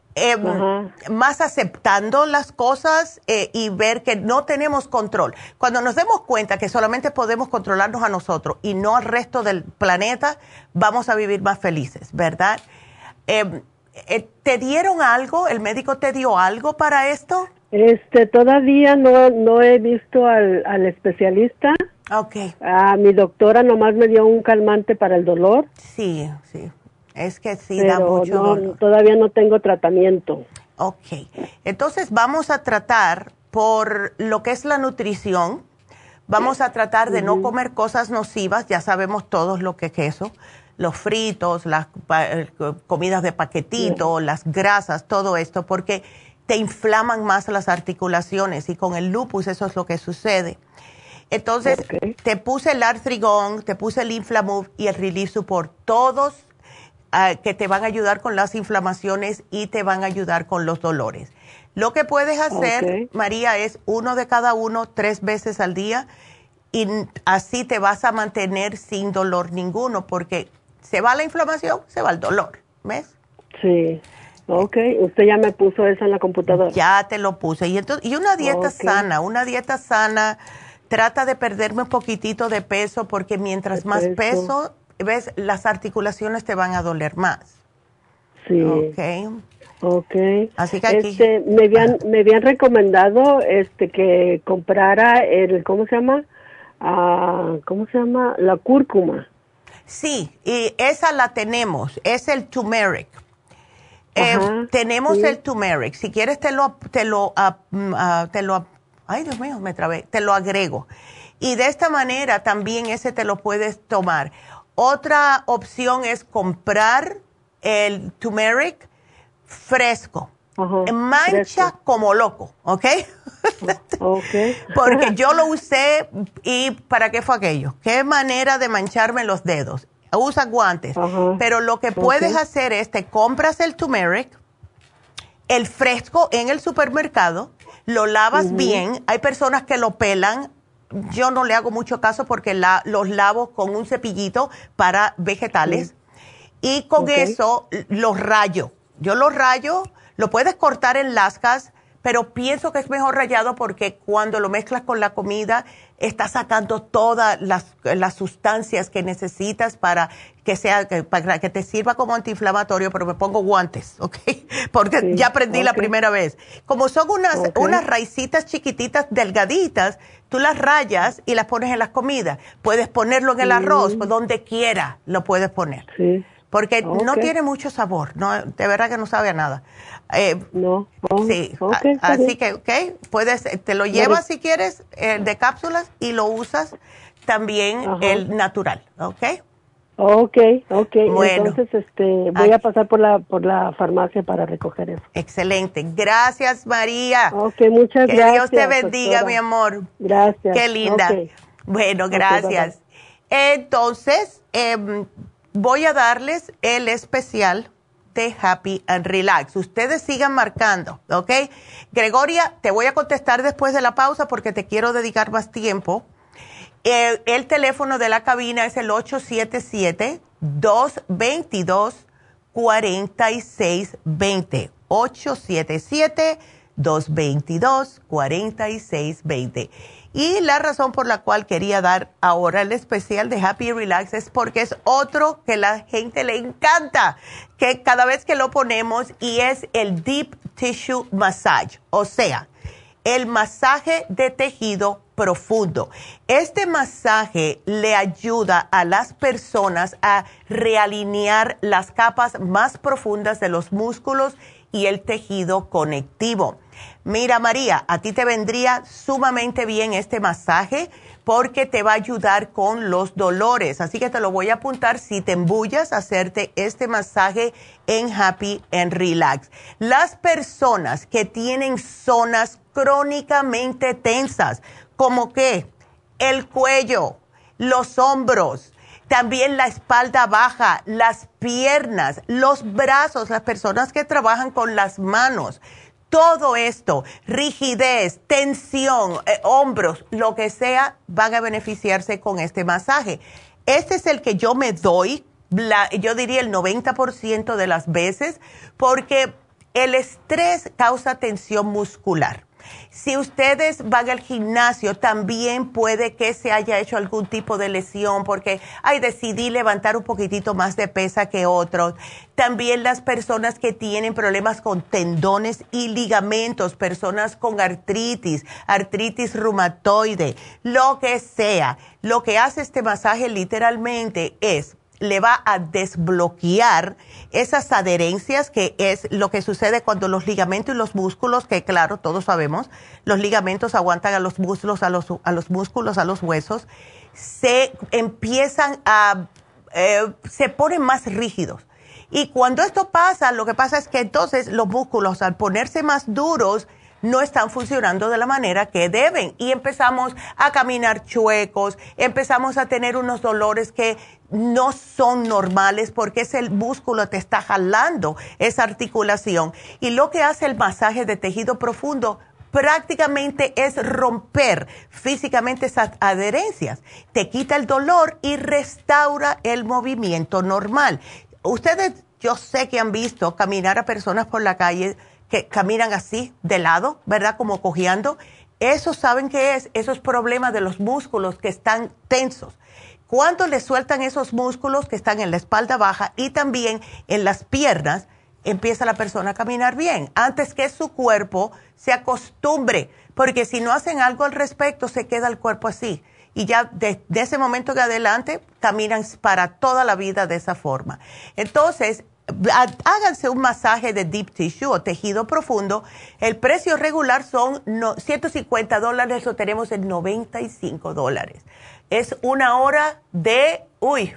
eh, más aceptando las cosas eh, y ver que no tenemos control. Cuando nos demos cuenta que solamente podemos controlarnos a nosotros y no al resto del planeta, vamos a vivir más felices, ¿verdad? Eh, eh, ¿Te dieron algo? ¿El médico te dio algo para esto? Este, todavía no, no he visto al, al especialista. Okay. Ah, mi doctora nomás me dio un calmante para el dolor. Sí, sí. Es que sí, pero da mucho no, dolor. Todavía no tengo tratamiento. Ok. Entonces vamos a tratar por lo que es la nutrición. Vamos a tratar de uh-huh. no comer cosas nocivas. Ya sabemos todos lo que es eso. Los fritos, las comidas de paquetito, uh-huh. las grasas, todo esto, porque te inflaman más las articulaciones y con el lupus eso es lo que sucede. Entonces, okay. te puse el Artrigón, te puse el Inflamove y el Relief Support, todos uh, que te van a ayudar con las inflamaciones y te van a ayudar con los dolores. Lo que puedes hacer, okay. María, es uno de cada uno tres veces al día y así te vas a mantener sin dolor ninguno, porque se va la inflamación, se va el dolor, ¿ves? Sí. Ok, usted ya me puso eso en la computadora. Ya te lo puse. Y, entonces, y una dieta okay. sana, una dieta sana, trata de perderme un poquitito de peso porque mientras más peso. peso, ves, las articulaciones te van a doler más. Sí. Ok. Ok. Así que aquí. Este, me habían, me habían recomendado este que comprara el, ¿cómo se llama? Ah, ¿cómo se llama? La cúrcuma. Sí, y esa la tenemos, es el turmeric. Eh, Ajá, tenemos sí. el turmeric. Si quieres te lo, te lo, uh, uh, te lo, ay Dios mío, me trabé, te lo agrego. Y de esta manera también ese te lo puedes tomar. Otra opción es comprar el turmeric fresco. Ajá, mancha fresco. Como loco, ¿ok? Okay. Porque yo lo usé y ¿para qué fue aquello? ¿Qué manera de mancharme los dedos? Usa guantes. Ajá. Pero lo que puedes okay. hacer es te compras el turmeric, el fresco en el supermercado, lo lavas uh-huh. bien. Hay personas que lo pelan. Yo no le hago mucho caso porque la, los lavo con un cepillito para vegetales. Sí. Y con okay. eso los rayo. Yo los rayo, lo puedes cortar en lascas, pero pienso que es mejor rallado porque cuando lo mezclas con la comida, estás sacando todas las, las sustancias que necesitas para que sea, para que te sirva como antiinflamatorio, pero me pongo guantes, ¿ok? Porque sí, ya aprendí okay. la primera vez. Como son unas, okay. unas raicitas chiquititas, delgaditas, tú las rayas y las pones en las comidas. Puedes ponerlo en el arroz, pues donde quiera lo puedes poner. Sí. Porque okay. no tiene mucho sabor, no, de verdad que no sabe a nada. Eh, no. Oh, sí, okay, a, así que, ok, puedes, te lo llevas si quieres, el de cápsulas, y lo usas también Ajá. el natural, ¿ok? Ok, ok. Bueno, entonces este, voy aquí. a pasar por la por la farmacia para recoger eso. Excelente. Gracias, María. Ok, muchas que gracias. Que Dios te bendiga, doctora. mi amor. Gracias. Qué linda. Okay. Bueno, gracias. Okay, entonces, eh, voy a darles el especial de Happy and Relax. Ustedes sigan marcando, ¿ok? Gregoria, te voy a contestar después de la pausa porque te quiero dedicar más tiempo. Eh, el teléfono de la cabina es el ocho siete siete, dos dos dos, cuatro seis dos cero. ocho siete siete, dos dos dos, cuatro seis dos cero. Y la razón por la cual quería dar ahora el especial de Happy Relax es porque es otro que la gente le encanta, que cada vez que lo ponemos, y es el Deep Tissue Massage, o sea, el masaje de tejido profundo. Este masaje le ayuda a las personas a realinear las capas más profundas de los músculos y el tejido conectivo. Mira, María, a ti te vendría sumamente bien este masaje porque te va a ayudar con los dolores. Así que te lo voy a apuntar si te embullas a hacerte este masaje en Happy and Relax. Las personas que tienen zonas crónicamente tensas, como que el cuello, los hombros, también la espalda baja, las piernas, los brazos, las personas que trabajan con las manos, todo esto, rigidez, tensión, eh, hombros, lo que sea, van a beneficiarse con este masaje. Este es el que yo me doy, la, yo diría el noventa por ciento de las veces, porque el estrés causa tensión muscular. Si ustedes van al gimnasio, también puede que se haya hecho algún tipo de lesión porque, ay, decidí levantar un poquitito más de pesa que otros. También las personas que tienen problemas con tendones y ligamentos, personas con artritis, artritis reumatoide, lo que sea. Lo que hace este masaje literalmente es le va a desbloquear esas adherencias, que es lo que sucede cuando los ligamentos y los músculos, que claro, todos sabemos, los ligamentos aguantan a los músculos, a los, a los músculos, a los huesos, se empiezan a, eh, se ponen más rígidos. Y cuando esto pasa, lo que pasa es que entonces los músculos, al ponerse más duros, no están funcionando de la manera que deben y empezamos a caminar chuecos, empezamos a tener unos dolores que no son normales porque es el músculo te está jalando esa articulación. Y lo que hace el masaje de tejido profundo prácticamente es romper físicamente esas adherencias, te quita el dolor y restaura el movimiento normal. Ustedes, yo sé que han visto caminar a personas por la calle que caminan así, de lado, ¿verdad? Como cojeando. Eso, ¿saben qué es? Esos problemas de los músculos que están tensos. Cuando le sueltan esos músculos que están en la espalda baja y también en las piernas, empieza la persona a caminar bien, antes que su cuerpo se acostumbre, porque si no hacen algo al respecto, se queda el cuerpo así. Y ya de, de ese momento en adelante, caminan para toda la vida de esa forma. Entonces, háganse un masaje de deep tissue o tejido profundo. El precio regular son no, ciento cincuenta dólares, lo tenemos en noventa y cinco dólares. Es una hora de, uy,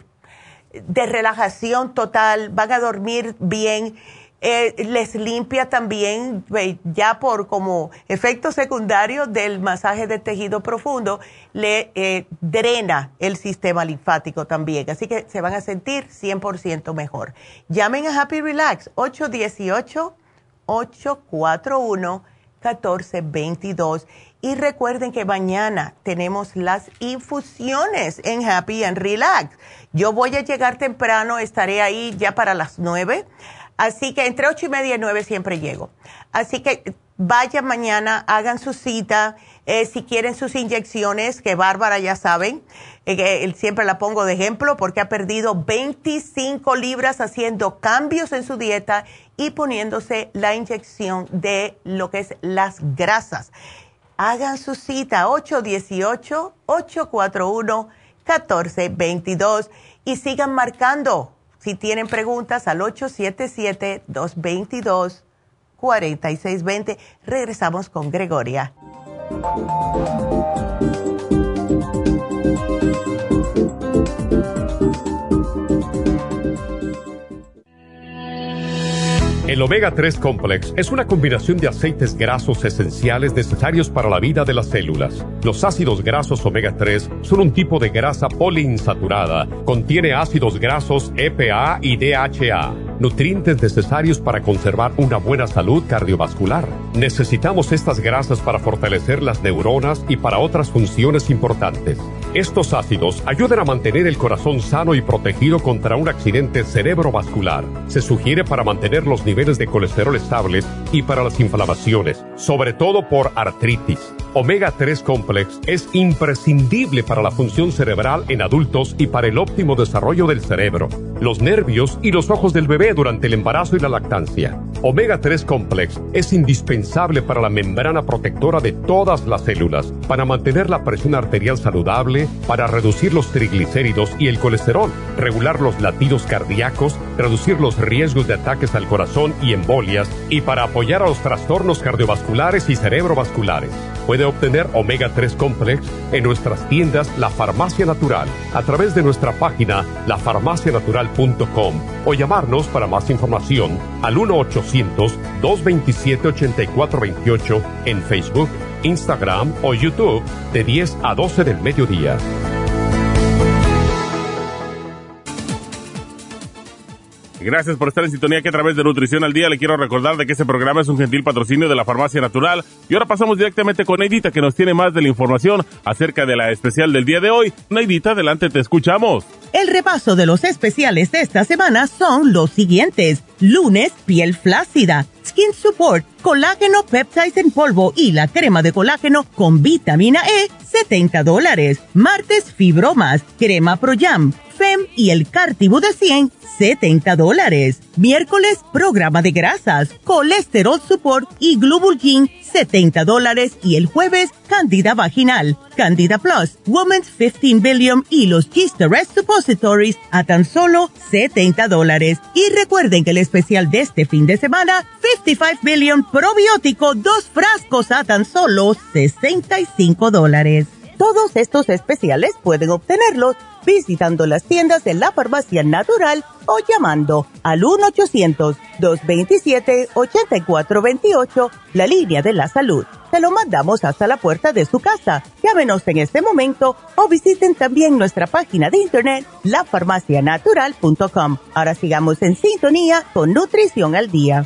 de relajación total, van a dormir bien. Eh, les limpia también, ya por como efecto secundario del masaje de tejido profundo, le eh, drena el sistema linfático también. Así que se van a sentir cien por ciento mejor. Llamen a Happy Relax, ocho uno ocho, ocho cuatro uno, uno cuatro dos dos. Y recuerden que mañana tenemos las infusiones en Happy and Relax. Yo voy a llegar temprano, estaré ahí ya para las nueve. Así que entre ocho y media y nueve siempre llego. Así que vayan mañana, hagan su cita. Eh, si quieren sus inyecciones, que Bárbara ya saben, eh, que siempre la pongo de ejemplo porque ha perdido veinticinco libras haciendo cambios en su dieta y poniéndose la inyección de lo que es las grasas. Hagan su cita ocho uno ocho, ocho cuatro uno, uno cuatro dos dos y sigan marcando. Si tienen preguntas al ocho siete siete, dos dos dos, cuatro seis dos cero. Regresamos con Gregoria. El Omega tres Complex es una combinación de aceites grasos esenciales necesarios para la vida de las células. Los ácidos grasos Omega tres son un tipo de grasa poliinsaturada. Contiene ácidos grasos E P A y D H A, nutrientes necesarios para conservar una buena salud cardiovascular. Necesitamos estas grasas para fortalecer las neuronas y para otras funciones importantes. Estos ácidos ayudan a mantener el corazón sano y protegido contra un accidente cerebrovascular. Se sugiere para mantener los niveles de colesterol estables y para las inflamaciones, sobre todo por artritis. Omega tres Complex es imprescindible para la función cerebral en adultos y para el óptimo desarrollo del cerebro, los nervios y los ojos del bebé durante el embarazo y la lactancia. Omega tres Complex es indispensable para la membrana protectora de todas las células, para mantener la presión arterial saludable, para reducir los triglicéridos y el colesterol, regular los latidos cardíacos, reducir los riesgos de ataques al corazón y embolias, y para apoyar a los trastornos cardiovasculares y cerebrovasculares. Puede obtener Omega tres Complex en nuestras tiendas La Farmacia Natural, a través de nuestra página la farmacia natural punto com o llamarnos para más información al uno ochocientos, dos veintisiete, ochenta y cuatro veintiocho en Facebook, Instagram o YouTube de diez a doce del mediodía. Gracias por estar en sintonía que a través de Nutrición al Día le quiero recordar de que este programa es un gentil patrocinio de la Farmacia Natural. Y ahora pasamos directamente con Neidita, que nos tiene más de la información acerca de la especial del día de hoy. Neidita, adelante, te escuchamos. El repaso de los especiales de esta semana son los siguientes. Lunes, piel flácida. Skin Support, colágeno peptides en polvo y la crema de colágeno con vitamina E, setenta dólares. Martes, fibromas, crema Pro Jam, Fem y el Cartibu de cien, setenta dólares. Miércoles, programa de grasas, colesterol support y Glubulgin, setenta dólares. Y el jueves, Candida vaginal, Candida Plus, Women's quince Billion y los Gisterest Suppositories a tan solo setenta dólares. Y recuerden que el especial de este fin de semana, cincuenta y cinco Billion probiótico, dos frascos a tan solo sesenta y cinco dólares. Todos estos especiales pueden obtenerlos visitando las tiendas de la Farmacia Natural o llamando al uno ochocientos, dos veintisiete, ochenta y cuatro veintiocho, la línea de la salud. Se lo mandamos hasta la puerta de su casa. Llámenos en este momento o visiten también nuestra página de internet, la farmacia natural punto com. Ahora sigamos en sintonía con Nutrición al Día.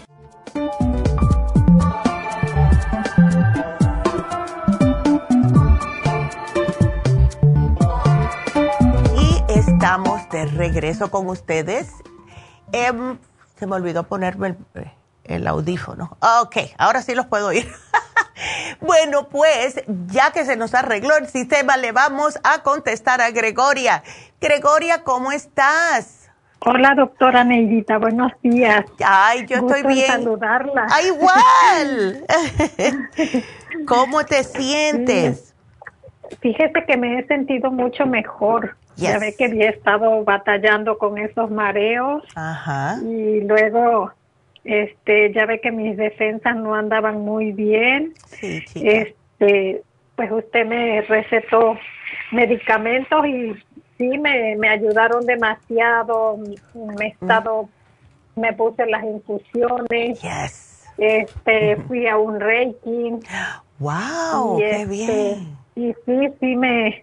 Estamos de regreso con ustedes. Eh, se me olvidó ponerme el, el audífono. Ok, ahora sí los puedo oír. Bueno, pues ya que se nos arregló el sistema, le vamos a contestar a Gregoria. Gregoria, ¿cómo estás? Hola, doctora Neidita, buenos días. Ay, yo Gusto estoy bien. En saludarla. ¡Ay, igual! ¿Cómo te sientes? Fíjese que me he sentido mucho mejor. Yes. Ya ve que había estado batallando con esos mareos. Ajá. Y luego, este, ya ve que mis defensas no andaban muy bien. Sí, chica. Este, pues usted me recetó medicamentos y sí me, me ayudaron demasiado. Me he estado, mm. me puse las infusiones. Yes. Este, mm. fui a un Reiki. Wow, y qué este, bien. Y sí, sí me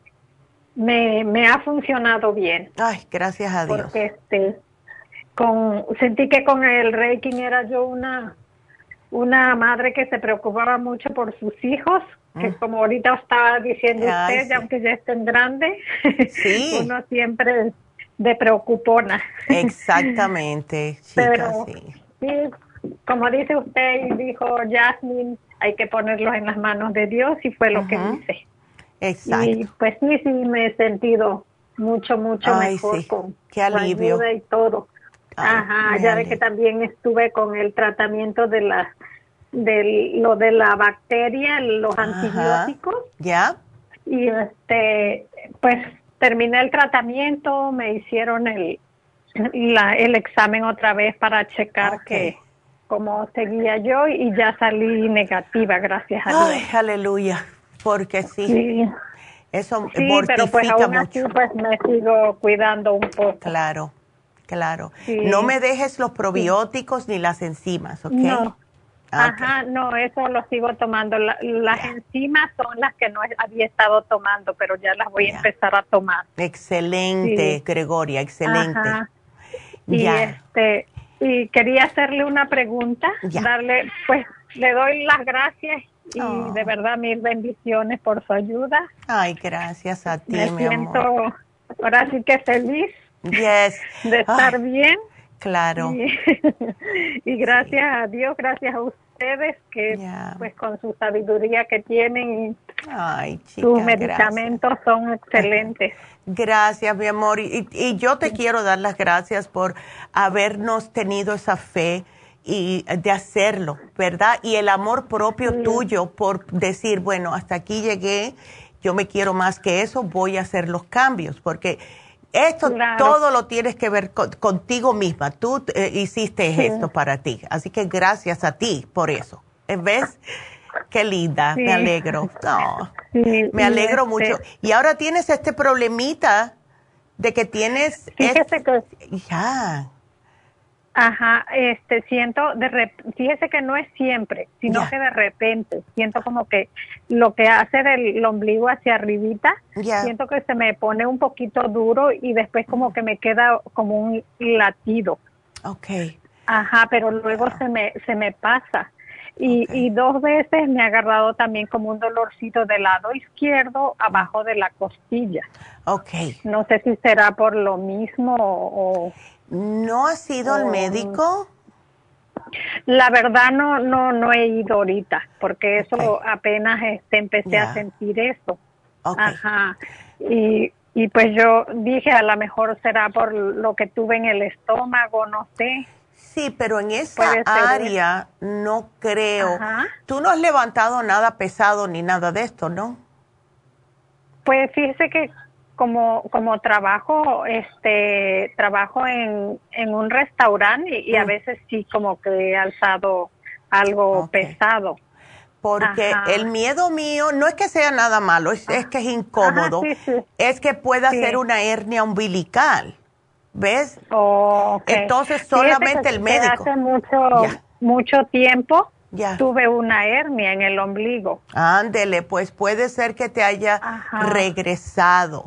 Me, me ha funcionado bien. Ay, gracias a Dios. Porque este, con, sentí que con el Reiki era yo una, una madre que se preocupaba mucho por sus hijos, mm. que como ahorita estaba diciendo Ay, usted, sí. aunque ya estén grandes, sí. uno siempre de preocupona. Exactamente, chica, Pero sí. sí, como dice usted y dijo Jasmine, hay que ponerlos en las manos de Dios y fue lo uh-huh. que hice. Exacto. Y pues sí, sí me he sentido mucho, mucho Ay, mejor sí. con Qué alivio. la ayuda y todo. Ay, Ajá, ya ve que también estuve con el tratamiento de la, de lo de la bacteria, los Ajá. antibióticos. Ya. Y este, pues terminé el tratamiento, me hicieron el, la, el examen otra vez para checar okay. que cómo seguía yo y ya salí negativa, gracias a Dios. Ay, aleluya. Porque sí, sí. eso sí, mortifica pero pues aún mucho. así pues me sigo cuidando un poco. Claro, claro. Sí. No me dejes los probióticos sí. ni las enzimas, ¿ok? No. Ah, Ajá, okay. no, eso lo sigo tomando. La, las yeah. enzimas son las que no había estado tomando, pero ya las voy yeah. a empezar a tomar. Excelente, sí. Gregoria, excelente. Ajá. Y ya. este, y quería hacerle una pregunta, ya. darle, pues, le doy las gracias. Y oh. de verdad, mil bendiciones por su ayuda. Ay, gracias a ti, Me mi siento, amor. ahora sí que feliz yes. de estar Ay, bien. Claro. Y, y gracias sí. a Dios, gracias a ustedes que yeah. pues con su sabiduría que tienen Ay, chica, sus medicamentos gracias. son excelentes. Gracias, mi amor. Y, y yo te sí. quiero dar las gracias por habernos tenido esa fe y de hacerlo, ¿verdad? Y el amor propio sí. tuyo por decir, bueno, hasta aquí llegué, yo me quiero más que eso, voy a hacer los cambios, porque esto claro. todo lo tienes que ver con, contigo misma. Tú eh, hiciste sí. esto para ti, así que gracias a ti por eso. ¿Ves? Qué linda, sí. me alegro. Oh, sí. Me alegro este... mucho. Y ahora tienes este problemita de que tienes... Fíjese este... que... Ya. Ajá, este, siento, de rep fíjese que no es siempre, sino yeah. que de repente, siento como que lo que hace del ombligo hacia arribita, yeah. siento que se me pone un poquito duro y después como que me queda como un latido. Okay. Ajá, pero luego yeah. se me, se me pasa. Y, okay. y dos veces me ha agarrado también como un dolorcito del lado izquierdo abajo de la costilla. Okay. No sé si será por lo mismo o... ¿No has ido oh, al médico? La verdad no no no he ido ahorita, porque eso Okay. apenas este, empecé Ya. a sentir eso. Okay. Ajá. Y, y pues yo dije, a lo mejor será por lo que tuve en el estómago, no sé. Sí, pero en esa Puede ser. área no creo. Ajá. Tú no has levantado nada pesado ni nada de esto, ¿no? Pues fíjese que como como trabajo este trabajo en, en un restaurante y, y a Mm. veces sí como que he alzado algo Ok. pesado. Porque Ajá. el miedo mío no es que sea nada malo, es, es que es incómodo. Ajá, sí, sí. Es que pueda Sí. ser una hernia umbilical. ¿Ves? Okay. Entonces, Fíjese solamente que- el que médico. hace mucho Ya. mucho tiempo Ya. tuve una hernia en el ombligo. Ándele, pues puede ser que te haya Ajá. regresado.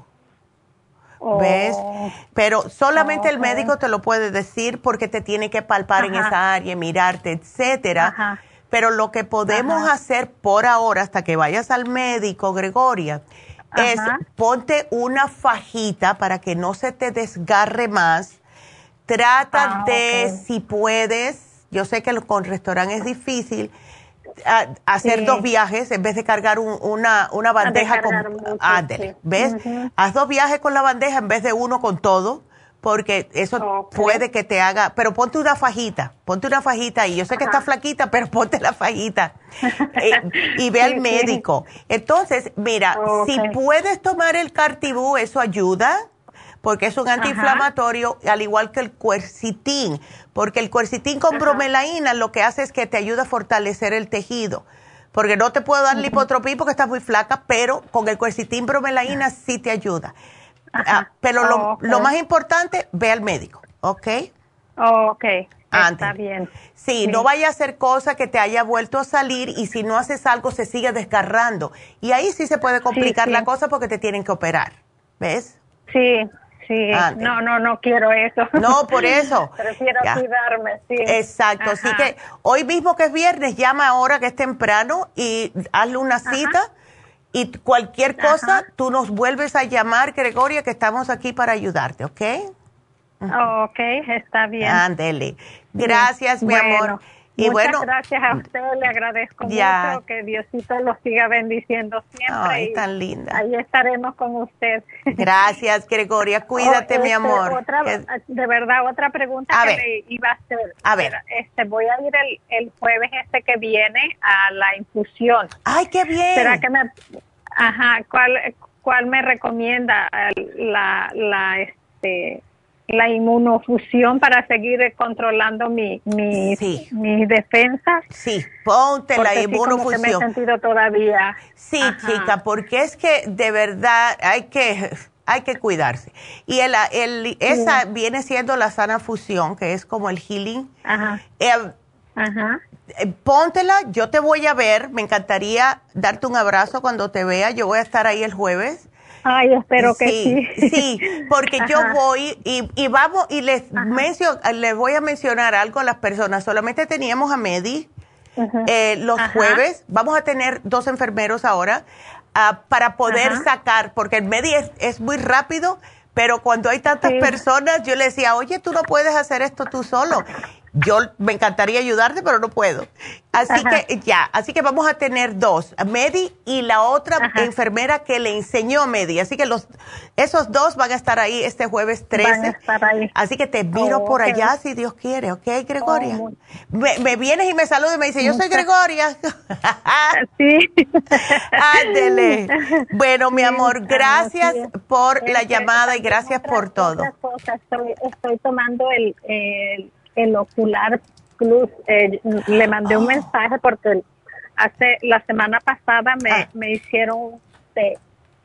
Oh. ¿Ves? Pero solamente el Ok. médico te lo puede decir porque te tiene que palpar en Ajá. esa área, mirarte, etcétera. Ajá. Pero lo que podemos Ajá. hacer por ahora, hasta que vayas al médico, Gregoria, es Ajá. ponte una fajita para que no se te desgarre más. Trata Ah, de, ok. si puedes, yo sé que lo- con restaurante es difícil, a- hacer Sí. dos viajes en vez de cargar un- una, una bandeja con... cargar mucho, Ándele, sí. ¿ves? Ujú. Haz dos viajes con la bandeja en vez de uno con todo, porque eso Ok. puede que te haga... Pero ponte una fajita, ponte una fajita ahí. Yo sé que Ajá. está flaquita, pero ponte la fajita. Eh, y ve Sí, al sí. médico. Entonces, mira, Ok. si puedes tomar el Cartibú, eso ayuda, porque es un antiinflamatorio, al igual que el Quercitin, porque el Quercitin con bromelaína lo que hace es que te ayuda a fortalecer el tejido. Porque no te puedo dar lipotropín porque estás muy flaca, pero con el Quercitin bromelaína sí te ayuda. Ah, pero lo, Ok. lo más importante, ve al médico, ¿ok? Ok, Antes. está bien. Sí, Sí. no vaya a hacer cosa que te haya vuelto a salir y si no haces algo se sigue desgarrando. Y ahí sí se puede complicar sí. la cosa porque te tienen que operar, ¿ves? Sí, sí. Ándale. No, no, no quiero eso. No, por eso. Prefiero Ya. cuidarme, sí. Exacto, así Ajá. que hoy mismo que es viernes, llama ahora que es temprano y hazle una cita y cualquier cosa, Ajá. tú nos vuelves a llamar, Gregoria, que estamos aquí para ayudarte, ¿ok? Ok, está bien. Ándele. Gracias, mi Bueno, amor. Y muchas bueno, gracias a usted, le agradezco Ya. mucho, que Diosito los siga bendiciendo siempre. Ay, y tan linda. Ahí estaremos con usted. Gracias, Gregoria. Cuídate, Oh, mi este, amor. Otra, Que- de verdad, otra pregunta A que ver. le iba a hacer. A ver. Era, Este, voy a ir el, el jueves este que viene a la infusión. Ay, qué bien. ¿Será que me... Ajá, ¿cuál, cuál me recomienda la, la, este, la inmunofusión para seguir controlando mi, mis, Sí. mis defensas? Sí, ponte la Porque sí, como que me he inmunofusión. sentido todavía. Sí, Ajá. chica, porque es que de verdad hay que hay que cuidarse. Y el, el esa viene siendo la sana fusión, que es como el healing. Ajá. Eh, Ajá. eh, póntela, yo te voy a ver, me encantaría darte un abrazo cuando te vea, yo voy a estar ahí el jueves. Ay, espero que sí. Sí, porque yo Ajá. voy y, y vamos y les mencio, les voy a mencionar algo a las personas. Solamente teníamos a Medi Ajá. eh, los Ajá. jueves. Vamos a tener dos enfermeros ahora ah, para poder Ajá. sacar, porque el Medi es, es muy rápido, pero cuando hay tantas Sí. personas, yo le decía, oye, tú no puedes hacer esto tú solo. Yo me encantaría ayudarte, pero no puedo. Así Ajá. que ya, así que vamos a tener dos, a Medi y la otra Ajá. enfermera que le enseñó a Medi. Así que los, esos dos van a estar ahí este jueves trece. Van a estar ahí. Así que te miro Oh, por ok. allá si Dios quiere, ¿ok, Gregoria? Oh, muy- me, me vienes y me saludas y me dice, yo soy Muchas- Gregoria. Sí. Ándele. Bueno, mi Sí, amor, gracias así es. por la Este, llamada y también gracias otra- por todo. otra cosa, estoy, estoy tomando el, el, el Ocular Plus. Eh, le mandé un Oh. mensaje porque hace la semana pasada me, Ah. me hicieron este,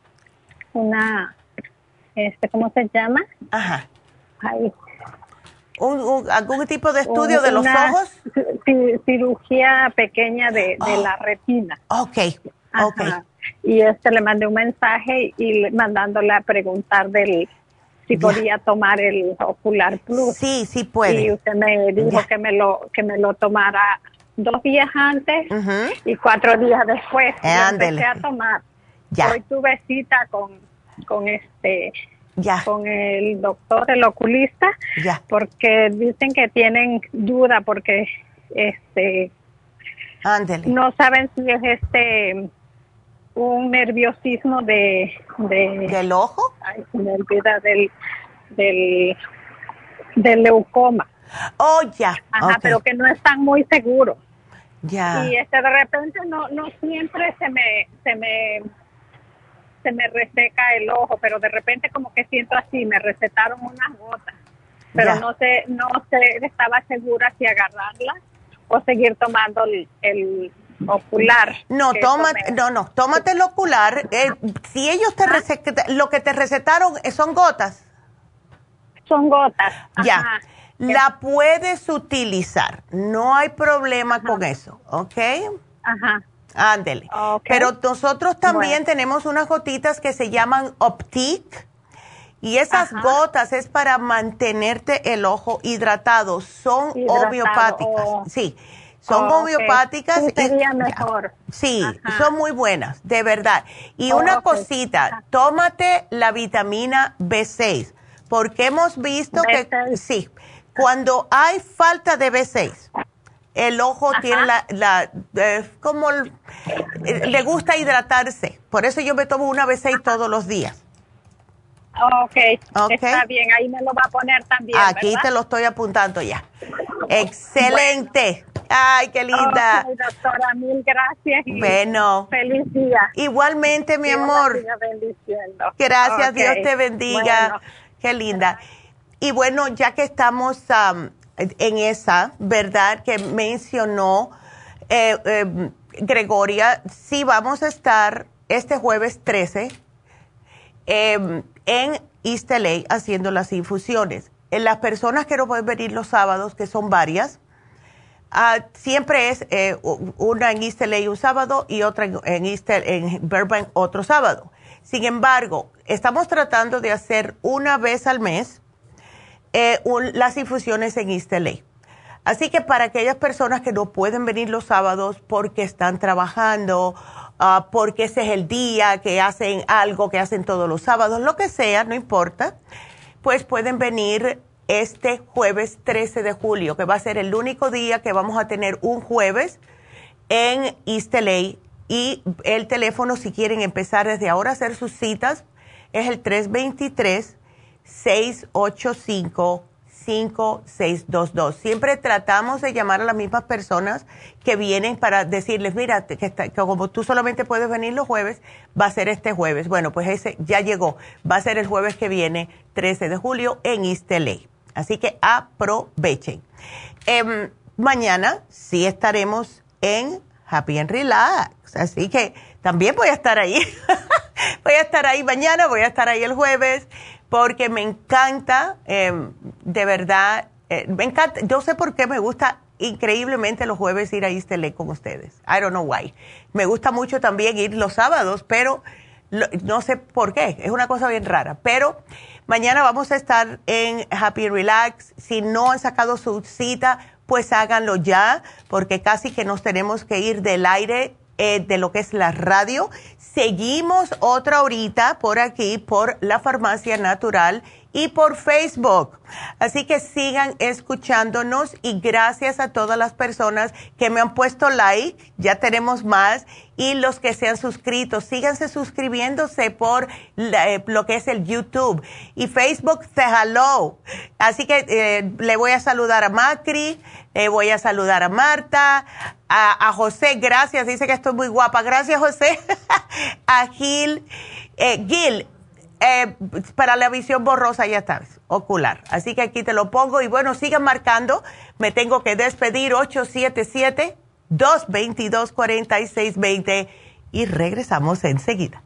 una, este, ¿cómo se llama? Ajá. Ay, ¿Un, un- ¿Algún tipo de estudio un- de los una ojos? ci- Cirugía pequeña de, de Oh. la retina. Ok, ok. Ajá. Y este le mandé un mensaje y le- mandándole a preguntar del si Ya. podía tomar el Ocular Plus. Sí, sí Y puede. usted me dijo Ya. que me lo que me lo tomara dos días antes Ujú. y cuatro días después. Eh, Y lo ándele. empecé a tomar. Ya. Hoy tuve cita con con este Ya, con el doctor, el oculista, ya. porque dicen que tienen duda porque este, Ándele. no saben si es este un nerviosismo de, de ¿Del ojo? Ay, se me olvida del, del, del leucoma. Oh, ya. Ajá, Okay. pero que no están muy seguros. Ya. Y este de repente no no siempre se me se me se me reseca el ojo, pero de repente como que siento así, me recetaron unas gotas. Pero Ya. no sé, no sé, estaba segura si agarrarla o seguir tomando el, el ocular. No, toma, no, no, tómate el ocular. Eh, si ellos te recetaron, lo que te recetaron eh, son gotas. Son gotas. Ya. Ajá. La puedes utilizar. No hay problema Ajá. con eso, ¿ok? Ajá. Ándele. Okay. Pero nosotros también Bueno. tenemos unas gotitas que se llaman Optic. Y esas Ajá. gotas es para mantenerte el ojo hidratado. Son Hidratado, homeopáticas. oh. Sí, son Oh, ok. homeopáticas. Sí, y- sería ya. mejor. Sí, Ajá. son muy buenas, de verdad. Y Oh, una ok. cosita, Ajá. tómate la vitamina B seis, porque hemos visto B seis. que sí, cuando hay falta de B seis, el ojo Ajá. tiene la, la eh, como el- eh, le gusta hidratarse. Por eso yo me tomo una B seis todos los días. Okay. Ok. Está bien, ahí me lo va a poner también, Aquí ¿verdad? te lo estoy apuntando ya. Excelente. Ay, qué linda. Ok, doctora, mil gracias. y Bueno. Feliz día. Igualmente, mi Dios la amor. siga bendiciendo. Gracias, Ok, Dios te bendiga. bueno. Qué linda. Y bueno, ya que estamos um, en esa, ¿verdad? Que mencionó eh, eh, Gregoria, sí vamos a estar este jueves trece eh, en East L A haciendo las infusiones. En las personas que no pueden venir los sábados, que son varias, uh, siempre es eh, una en East L A un sábado y otra en, en, East, en Burbank otro sábado. Sin embargo, estamos tratando de hacer una vez al mes eh, un, las infusiones en East L A. Así que para aquellas personas que no pueden venir los sábados porque están trabajando, uh, porque ese es el día que hacen algo que hacen todos los sábados, lo que sea, no importa, pues pueden venir este jueves trece de julio, que va a ser el único día que vamos a tener un jueves en East L A. Y el teléfono, si quieren empezar desde ahora a hacer sus citas, es el tres dos tres, seis ocho cinco, cinco seis dos dos. Siempre tratamos de llamar a las mismas personas que vienen para decirles, mira, que, está, que como tú solamente puedes venir los jueves, va a ser este jueves. Bueno, pues ese ya llegó. Va a ser el jueves que viene, trece de julio, en East L A. Así que aprovechen. Eh, mañana sí estaremos en Happy and Relax. Así que también voy a estar ahí. Voy a estar ahí mañana, voy a estar ahí el jueves, porque me encanta, eh, de verdad, eh, me encanta. Yo sé por qué me gusta increíblemente los jueves ir a East L A con ustedes. I don't know why. Me gusta mucho también ir los sábados, pero lo, no sé por qué. Es una cosa bien rara. Pero mañana vamos a estar en Happy and Relax. Si no han sacado su cita, pues háganlo ya, porque casi que nos tenemos que ir del aire eh, de lo que es la radio. Seguimos otra horita por aquí, por la Farmacia Natural y por Facebook. Así que sigan escuchándonos y gracias a todas las personas que me han puesto like. Ya tenemos más. Y los que se han suscrito, síganse suscribiéndose por la, eh, lo que es el YouTube. Y Facebook, se jaló. Así que eh, le voy a saludar a Macri, le voy a saludar a Marta, a, a José, gracias, dice que estoy muy guapa. Gracias, José. A Gil, eh, Gil, eh, para la visión borrosa, ya sabes, ocular. Así que aquí te lo pongo. Y bueno, sigan marcando. Me tengo que despedir, ocho siete siete, dos dos dos, cuatro seis dos cero. Y regresamos enseguida.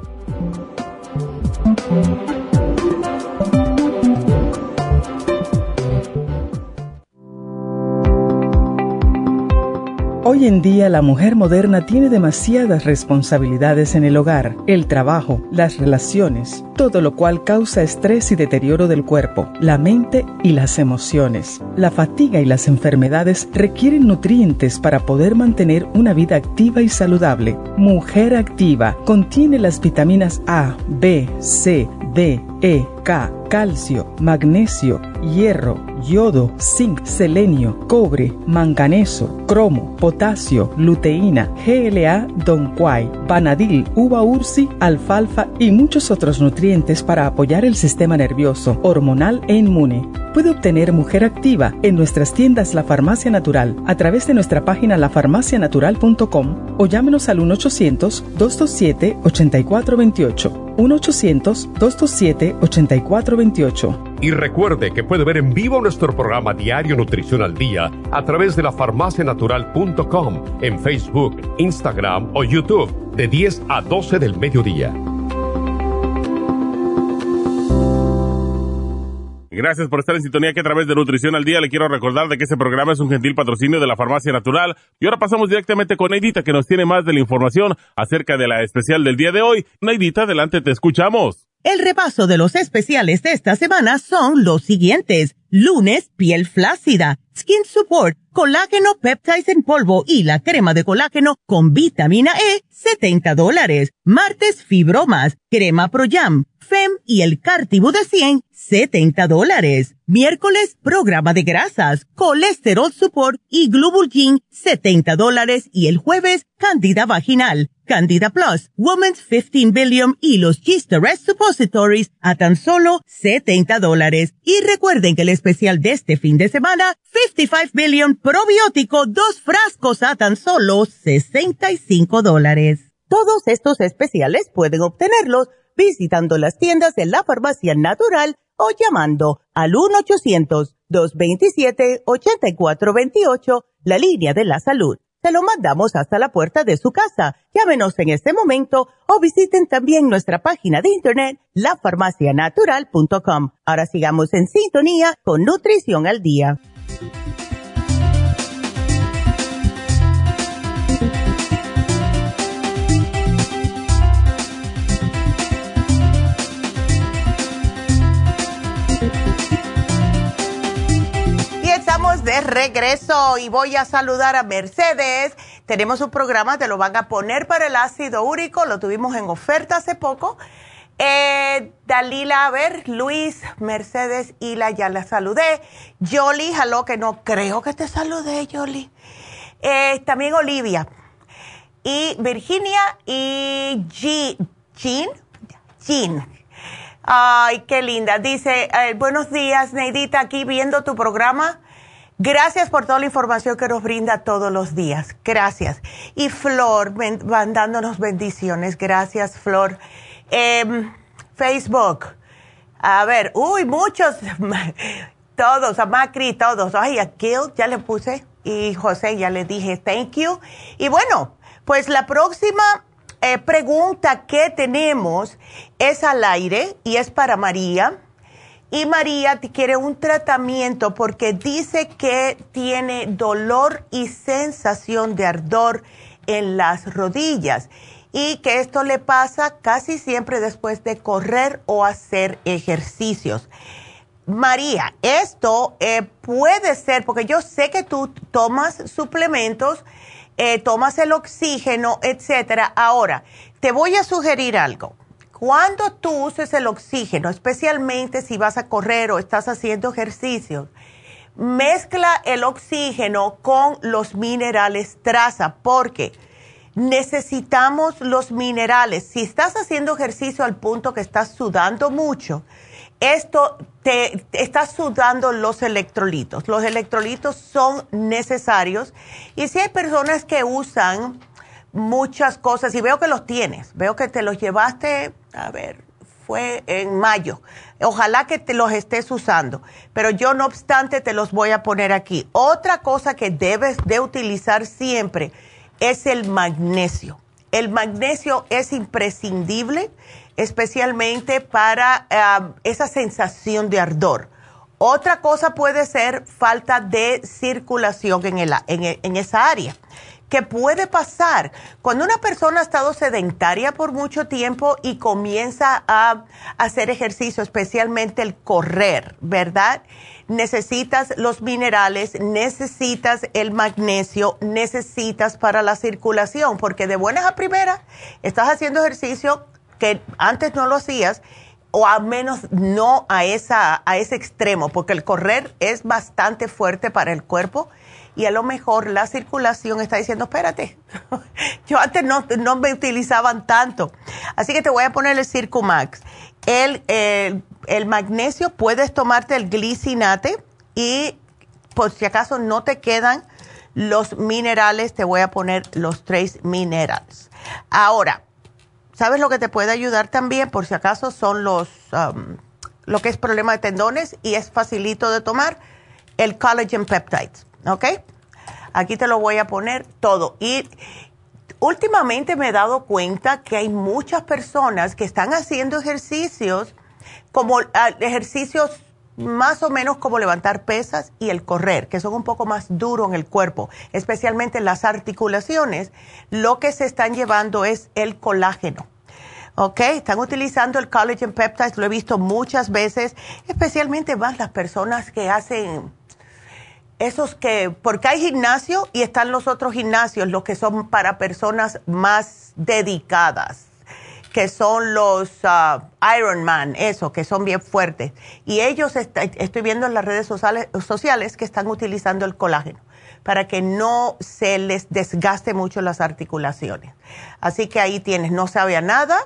Hoy en día la mujer moderna tiene demasiadas responsabilidades en el hogar, el trabajo, las relaciones, todo lo cual causa estrés y deterioro del cuerpo, la mente y las emociones. La fatiga y las enfermedades requieren nutrientes para poder mantener una vida activa y saludable. Mujer Activa contiene las vitaminas A, B, C, D, E, K, calcio, magnesio, hierro, yodo, zinc, selenio, cobre, manganeso, cromo, potasio, luteína, G L A, Donquai, Vanadil, uva ursi, alfalfa y muchos otros nutrientes para apoyar el sistema nervioso, hormonal e inmune. Puede obtener Mujer Activa en nuestras tiendas La Farmacia Natural a través de nuestra página la farmacia natural punto com o llámenos al uno ochocientos, dos dos siete, ocho cuatro dos ocho, uno ochocientos, dos dos siete, ocho cuatro dos ocho. Y recuerde que puede ver en vivo nuestro programa Diario Nutrición al Día a través de la farmacia natural punto com en Facebook, Instagram o YouTube de diez a doce del mediodía. Gracias por estar en sintonía que a través de Nutrición al Día le quiero recordar de que este programa es un gentil patrocinio de la Farmacia Natural. Y ahora pasamos directamente con Neidita, que nos tiene más de la información acerca de la especial del día de hoy. Neidita, adelante, te escuchamos. El repaso de los especiales de esta semana son los siguientes. Lunes, piel flácida, Skin Support, colágeno peptides en polvo y la crema de colágeno con vitamina E, setenta dólares. Martes, fibromas, crema Pro Jam, Fem y el Cartibu de cien, setenta dólares. Miércoles, programa de grasas, colesterol support y Glubulgin, setenta dólares. Y el jueves, Candida vaginal, Candida Plus, Women's quince Billion y los Gista Rest Suppositories a tan solo setenta dólares. Y recuerden que el especial de este fin de semana, cincuenta y cinco Billion Probiótico, dos frascos a tan solo sesenta y cinco dólares. Todos estos especiales pueden obtenerlos visitando las tiendas de la Farmacia Natural o llamando al uno ochocientos, dos veintisiete, ochenta y cuatro veintiocho, la línea de la salud. Se lo mandamos hasta la puerta de su casa. Llámenos en este momento o visiten también nuestra página de internet, la farmacia natural punto com. Ahora sigamos en sintonía con Nutrición al Día. Estamos de regreso y voy a saludar a Mercedes. Tenemos un programa, te lo van a poner para el ácido úrico, lo tuvimos en oferta hace poco. Eh, Dalila, a ver, Luis, Mercedes, Hila, ya la saludé. Yoli, jaló, que no creo que te saludé, Yoli. Eh, también Olivia. Y Virginia y G, Jean, Jean. Ay, qué linda. Dice, eh, buenos días, Neidita, aquí viendo tu programa. Gracias por toda la información que nos brinda todos los días. Gracias. Y Flor, van dándonos bendiciones. Gracias, Flor. Eh, Facebook. A ver, uy, muchos. Todos, a Macri, todos. Ay, a Gil ya le puse. Y José ya le dije thank you. Y bueno, pues la próxima eh, pregunta que tenemos es al aire y es para María. Y María quiere un tratamiento porque dice que tiene dolor y sensación de ardor en las rodillas y que esto le pasa casi siempre después de correr o hacer ejercicios. María, esto eh, puede ser, porque yo sé que tú tomas suplementos, eh, tomas el oxígeno, etcétera. Ahora, te voy a sugerir algo. Cuando tú uses el oxígeno, especialmente si vas a correr o estás haciendo ejercicios, mezcla el oxígeno con los minerales traza, porque necesitamos los minerales. Si estás haciendo ejercicio al punto que estás sudando mucho, esto te, te estás sudando los electrolitos. Los electrolitos son necesarios y si hay personas que usan muchas cosas, y veo que los tienes, veo que te los llevaste, a ver, fue en mayo. Ojalá que te los estés usando, pero yo no obstante te los voy a poner aquí. Otra cosa que debes de utilizar siempre es el magnesio. El magnesio es imprescindible, especialmente para uh, esa sensación de ardor. Otra cosa puede ser falta de circulación en, el, en, en esa área. ¿Qué puede pasar? Cuando una persona ha estado sedentaria por mucho tiempo y comienza a hacer ejercicio, especialmente el correr, ¿verdad? Necesitas los minerales, necesitas el magnesio, necesitas para la circulación, porque de buenas a primeras estás haciendo ejercicio que antes no lo hacías, o al menos no a, esa, a ese extremo, porque el correr es bastante fuerte para el cuerpo y a lo mejor la circulación está diciendo, espérate, yo antes no, no me utilizaban tanto. Así que te voy a poner el Circumax. El, el, el magnesio, puedes tomarte el glicinate y por si acaso no te quedan los minerales, te voy a poner los Trace Minerals. Ahora, ¿sabes lo que te puede ayudar también? Por si acaso son los, um, lo que es problema de tendones y es facilito de tomar, el Collagen Peptides, ¿ok? Aquí te lo voy a poner todo. Y últimamente me he dado cuenta que hay muchas personas que están haciendo ejercicios, como uh, ejercicios más o menos como levantar pesas y el correr, que son un poco más duros en el cuerpo, especialmente en las articulaciones. Lo que se están llevando es el colágeno. ¿Ok? Están utilizando el Collagen Peptides, lo he visto muchas veces, especialmente más las personas que hacen esos que, porque hay gimnasio y están los otros gimnasios, los que son para personas más dedicadas, que son los uh, Ironman, eso, que son bien fuertes. Y ellos, está, estoy viendo en las redes sociales, sociales que están utilizando el colágeno para que no se les desgaste mucho las articulaciones. Así que ahí tienes, no sabe a nada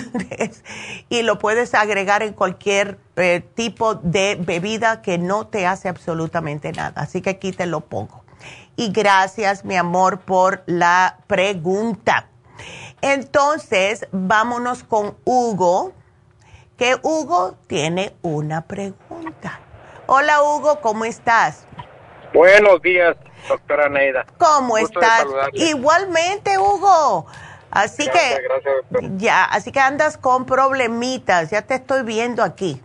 y lo puedes agregar en cualquier eh, tipo de bebida que no te hace absolutamente nada. Así que aquí te lo pongo. Y gracias, mi amor, por la pregunta. Entonces, vámonos con Hugo, que Hugo tiene una pregunta. Hola, Hugo, ¿cómo estás? Buenos días, doctora Neida. ¿Cómo Gusto estás? Igualmente, Hugo. Así gracias, que, gracias, doctor. ya, así que andas con problemitas, ya te estoy viendo aquí.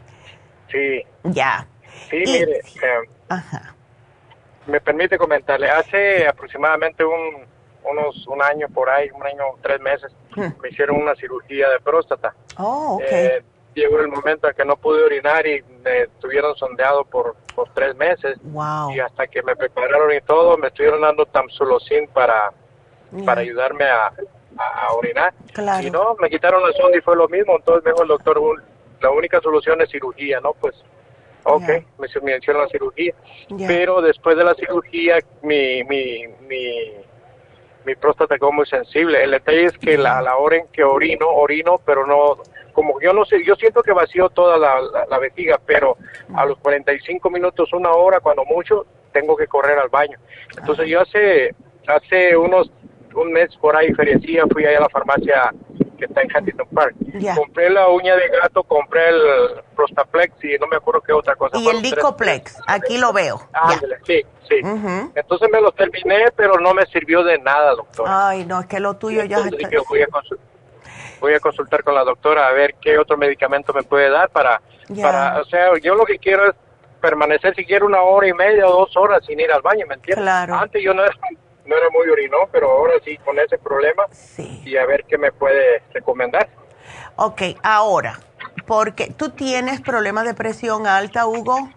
Sí. Ya. Sí, y, mire, eh, ajá. me permite comentarle, hace aproximadamente un, unos, un año por ahí, un año, tres meses, hmm. me hicieron una cirugía de próstata. Oh, ok. Eh, llegó el momento en que no pude orinar y me tuvieron sondeado por, por tres meses. Wow. Y hasta que me prepararon y todo, me estuvieron dando Tamsulosin para, yeah. para ayudarme a, a, a orinar. Claro. Y no, me quitaron la sonda y fue lo mismo. Entonces me dijo el doctor, la única solución es cirugía, ¿no? Pues, ok, yeah. me, me hicieron la cirugía. Yeah. Pero después de la cirugía, mi, mi, mi, mi próstata quedó muy sensible. El detalle es que la, la hora en que orino, orino, pero no... Como yo no sé, yo siento que vació toda la, la, la vejiga, pero a los cuarenta y cinco minutos, una hora, cuando mucho, tengo que correr al baño. Entonces yo hace hace unos, un mes por ahí, feriecía, fui allá a la farmacia que está en Huntington Park. Yeah. Compré la uña de gato, compré el Prostaplex y no me acuerdo qué otra cosa. Y el Licoplex, aquí lo veo. Ah, yeah. sí, sí. Uh-huh. Entonces me lo terminé, pero no me sirvió de nada, doctor. Ay, no, es que lo tuyo ya está... Dije, voy a consultar. Voy a consultar con la doctora a ver qué otro medicamento me puede dar para, yeah. para, o sea, yo lo que quiero es permanecer siquiera una hora y media o dos horas sin ir al baño, ¿me entiendes? Claro. Antes yo no era, no era muy orinón, pero ahora sí, con ese problema, sí. y a ver qué me puede recomendar. Ok, ahora, porque ¿tú tienes problemas de presión alta, Hugo?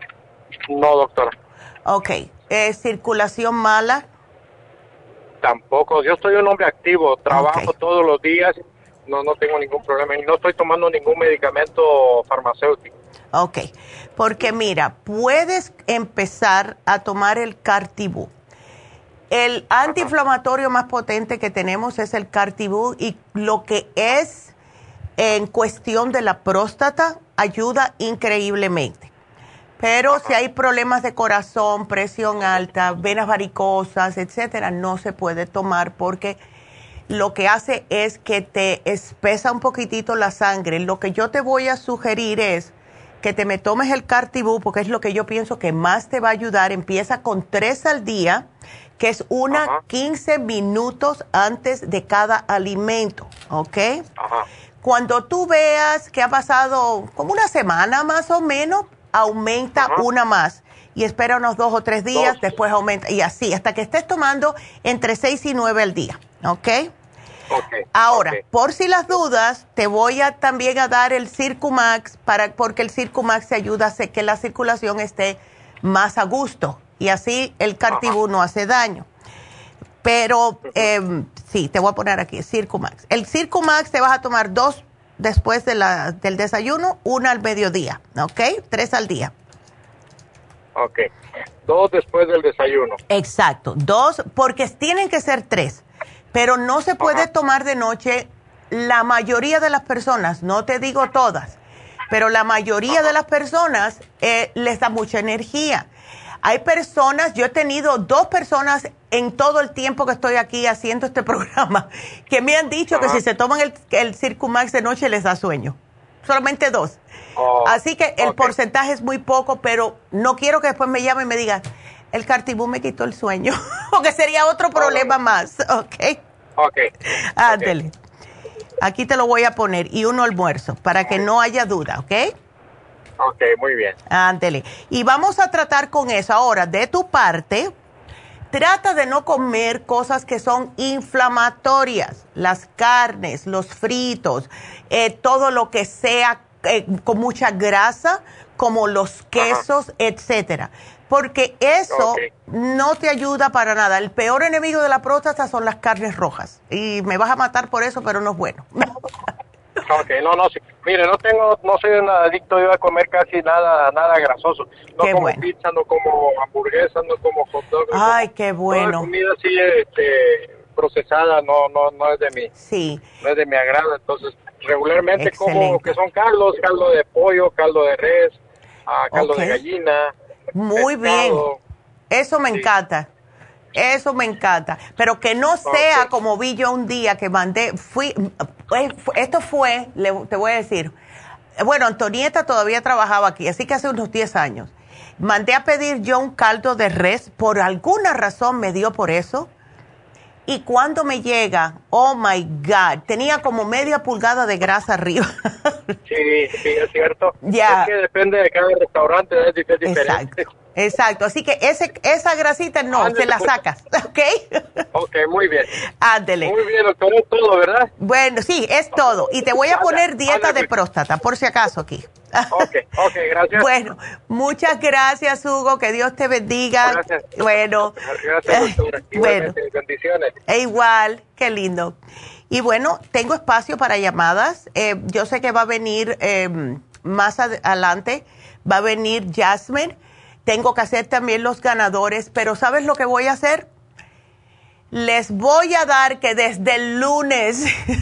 No, doctora. Ok, ¿eh, circulación mala? Tampoco, yo soy un hombre activo, trabajo okay. todos los días. No, no tengo ningún problema y no estoy tomando ningún medicamento farmacéutico. Ok, porque mira, puedes empezar a tomar el Cartibú. El antiinflamatorio más potente que tenemos es el Cartibú y lo que es en cuestión de la próstata ayuda increíblemente. Pero Ajá. si hay problemas de corazón, presión alta, venas varicosas, etcétera, no se puede tomar porque lo que hace es que te espesa un poquitito la sangre. Lo que yo te voy a sugerir es que te me tomes el Cartibú, porque es lo que yo pienso que más te va a ayudar. Empieza con tres al día, que es una Ajá. quince minutos antes de cada alimento, ¿ok? Ajá. Cuando tú veas que ha pasado como una semana más o menos, aumenta Ajá. una más. Y espera unos dos o tres días, dos. después aumenta. Y así, hasta que estés tomando entre seis y nueve al día. ¿Ok? Okay. Ahora, okay. por si las dudas, te voy a también a dar el Circumax, para, porque el Circumax te ayuda a hacer que la circulación esté más a gusto. Y así el Cartibú no hace daño. Pero, uh-huh. eh, sí, te voy a poner aquí, Circumax. El Circumax te vas a tomar dos después de la, del desayuno, una al mediodía, ¿ok? Tres al día. Ok, dos después del desayuno. Exacto, dos, porque tienen que ser tres, pero no se puede Ajá. tomar de noche. La mayoría de las personas, no te digo todas, pero la mayoría de las personas eh, les da mucha energía. Hay personas, yo he tenido dos personas en todo el tiempo que estoy aquí haciendo este programa, que me han dicho Ajá. que si se toman el, el Circumax de noche les da sueño. Solamente dos. Oh, Así que el okay. porcentaje es muy poco, pero no quiero que después me llamen y me digan, el Cartibú me quitó el sueño, porque sería otro problema oh. más, ¿ok? Ok. Ándele. Okay. Aquí te lo voy a poner, y uno almuerzo, para que no haya duda, ¿ok? Ok, muy bien. Ándele. Y vamos a tratar con eso. Ahora, de tu parte, trata de no comer cosas que son inflamatorias. Las carnes, los fritos, eh, todo lo que sea eh, con mucha grasa, como los quesos, Ajá. etcétera. Porque eso okay. no te ayuda para nada. El peor enemigo de la próstata son las carnes rojas. Y me vas a matar por eso, pero no es bueno. Ok, no, no, sí. Mire, no tengo, no soy un adicto yo a comer casi nada, nada grasoso. No qué como bueno. pizza, no como hamburguesa, no como hot dog. Ay, como, qué bueno. Toda comida así, este, procesada, no, no, no es de mí. Sí. No es de mi agrado, entonces regularmente Excelente. como que son caldos, caldo de pollo, caldo de res, uh, caldo okay. de gallina. Muy pescado. Bien. Eso me sí. encanta. Eso me encanta. Pero que no sea okay. como vi yo un día que mandé, fui, esto fue, le, te voy a decir, bueno, Antonieta todavía trabajaba aquí, así que hace unos diez años. Mandé a pedir yo un caldo de res, por alguna razón me dio por eso. Y cuando me llega, oh my God, tenía como media pulgada de grasa arriba. Sí, sí, es cierto. Ya. Es que depende de cada restaurante, es diferente. Exacto, exacto. Así que ese, esa grasita no, Ándale, se la sacas, ¿ok? Ok, muy bien. Ándele. Muy bien, doctor, es todo, ¿verdad? Bueno, sí, es todo. Y te voy a poner dieta de próstata, por si acaso aquí. Ok, ok, gracias. Bueno, muchas gracias, Hugo, que Dios te bendiga. Gracias. Bueno. Gracias, doctora. Bueno. Bendiciones. E igual, qué lindo. Y bueno, tengo espacio para llamadas. Eh, yo sé que va a venir eh, más ad adelante, va a venir Jasmine. Tengo que hacer también los ganadores, pero ¿sabes lo que voy a hacer? Les voy a dar que desde el lunes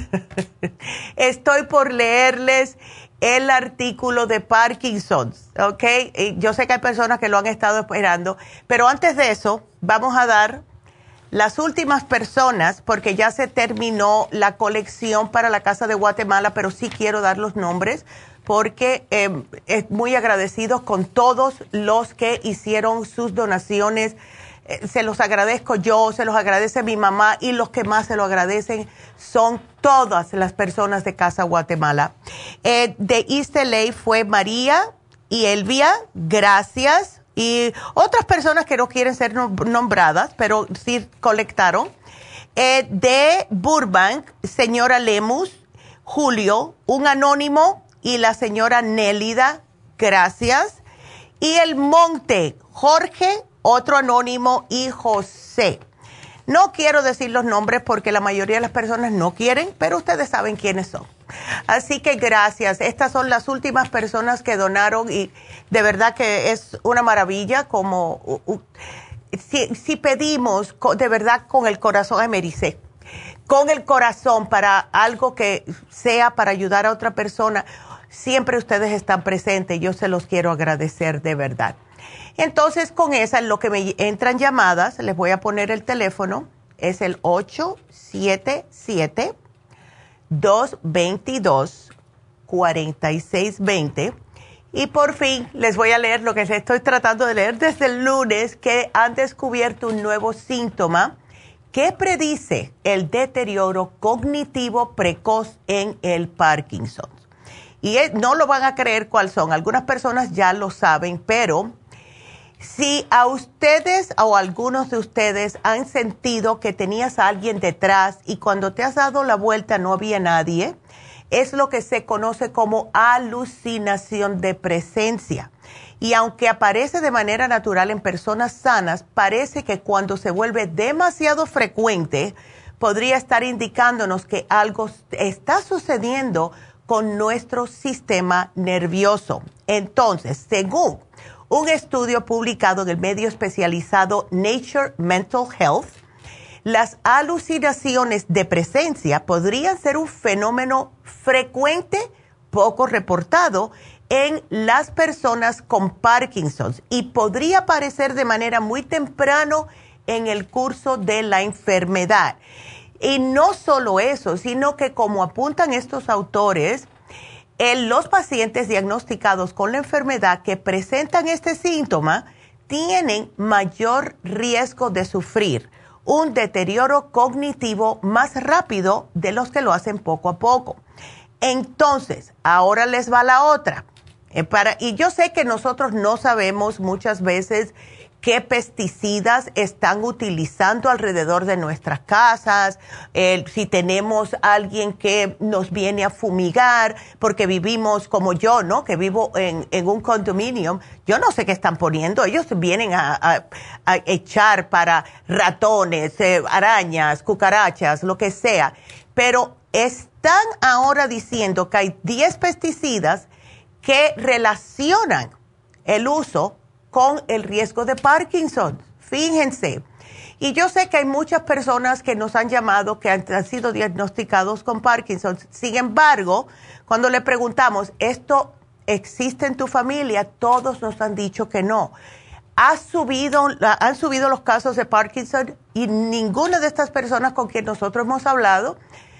estoy por leerles el artículo de Parkinson, ¿ok? Y yo sé que hay personas que lo han estado esperando, pero antes de eso, vamos a dar las últimas personas, porque ya se terminó la colección para la Casa de Guatemala, pero sí quiero dar los nombres, porque eh, es muy agradecidos con todos los que hicieron sus donaciones. Eh, se los agradezco yo, se los agradece mi mamá, y los que más se lo agradecen son todas las personas de Casa Guatemala. Eh, de East L A fue María y Elvia, gracias. Y otras personas que no quieren ser nombradas, pero sí colectaron. Eh, de Burbank, señora Lemus, Julio, un anónimo, y la señora Nélida, gracias. Y el Monte, Jorge, otro anónimo, y José. No quiero decir los nombres porque la mayoría de las personas no quieren, pero ustedes saben quiénes son. Así que gracias. Estas son las últimas personas que donaron, y de verdad que es una maravilla como uh, uh, si, si pedimos de verdad con el corazón, ay, me ericé, con el corazón para algo que sea para ayudar a otra persona, siempre ustedes están presentes. Yo se los quiero agradecer de verdad. Entonces, con esa, en lo que me entran llamadas, les voy a poner el teléfono, es el ocho siete siete, dos dos dos, cuatro seis dos cero. Y por fin les voy a leer lo que les estoy tratando de leer desde el lunes, que han descubierto un nuevo síntoma que predice el deterioro cognitivo precoz en el Parkinson. Y no lo van a creer cuál son. Algunas personas ya lo saben, pero si a ustedes o a algunos de ustedes han sentido que tenías a alguien detrás y cuando te has dado la vuelta no había nadie, es lo que se conoce como alucinación de presencia. Y aunque aparece de manera natural en personas sanas, parece que cuando se vuelve demasiado frecuente, podría estar indicándonos que algo está sucediendo con nuestro sistema nervioso. Entonces, según un estudio publicado en el medio especializado Nature Mental Health, las alucinaciones de presencia podrían ser un fenómeno frecuente, poco reportado, en las personas con Parkinson y podría aparecer de manera muy temprano en el curso de la enfermedad. Y no solo eso, sino que como apuntan estos autores, en los pacientes diagnosticados con la enfermedad que presentan este síntoma tienen mayor riesgo de sufrir un deterioro cognitivo más rápido de los que lo hacen poco a poco. Entonces, ahora les va la otra. Eh, para, y yo sé que nosotros no sabemos muchas veces qué pesticidas están utilizando alrededor de nuestras casas, eh, si tenemos alguien que nos viene a fumigar, porque vivimos como yo, ¿no? Que vivo en, en un condominio, yo no sé qué están poniendo, ellos vienen a, a, a echar para ratones, eh, arañas, cucarachas, lo que sea, pero están ahora diciendo que hay diez pesticidas que relacionan el uso con el riesgo de Parkinson. Fíjense. Y yo sé que hay muchas personas que nos han llamado que han, han sido diagnosticados con Parkinson. Sin embargo, cuando le preguntamos, ¿esto existe en tu familia? Todos nos han dicho que no. Ha subido, han subido los casos de Parkinson y ninguna de estas personas con quien nosotros hemos hablado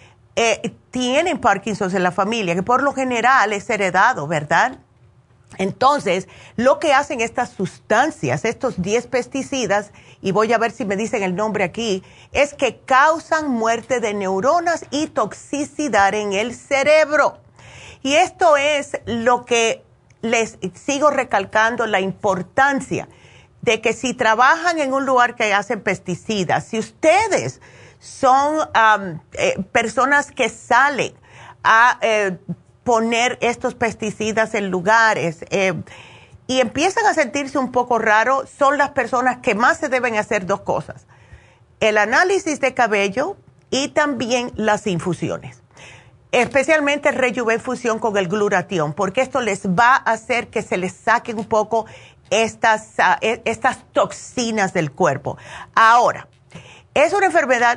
eh, tienen Parkinson en la familia, que por lo general es heredado, ¿verdad? Entonces, lo que hacen estas sustancias, estos diez pesticidas, y voy a ver si me dicen el nombre aquí, es que causan muerte de neuronas y toxicidad en el cerebro. Y esto es lo que les sigo recalcando, la importancia de que si trabajan en un lugar que hacen pesticidas, si ustedes son um, eh, personas que salen a eh, poner estos pesticidas en lugares eh, y empiezan a sentirse un poco raro, son las personas que más se deben hacer dos cosas: el análisis de cabello y también las infusiones, especialmente el Rejuvenfusión con el glutatión, porque esto les va a hacer que se les saquen un poco estas, uh, estas toxinas del cuerpo. Ahora, es una enfermedad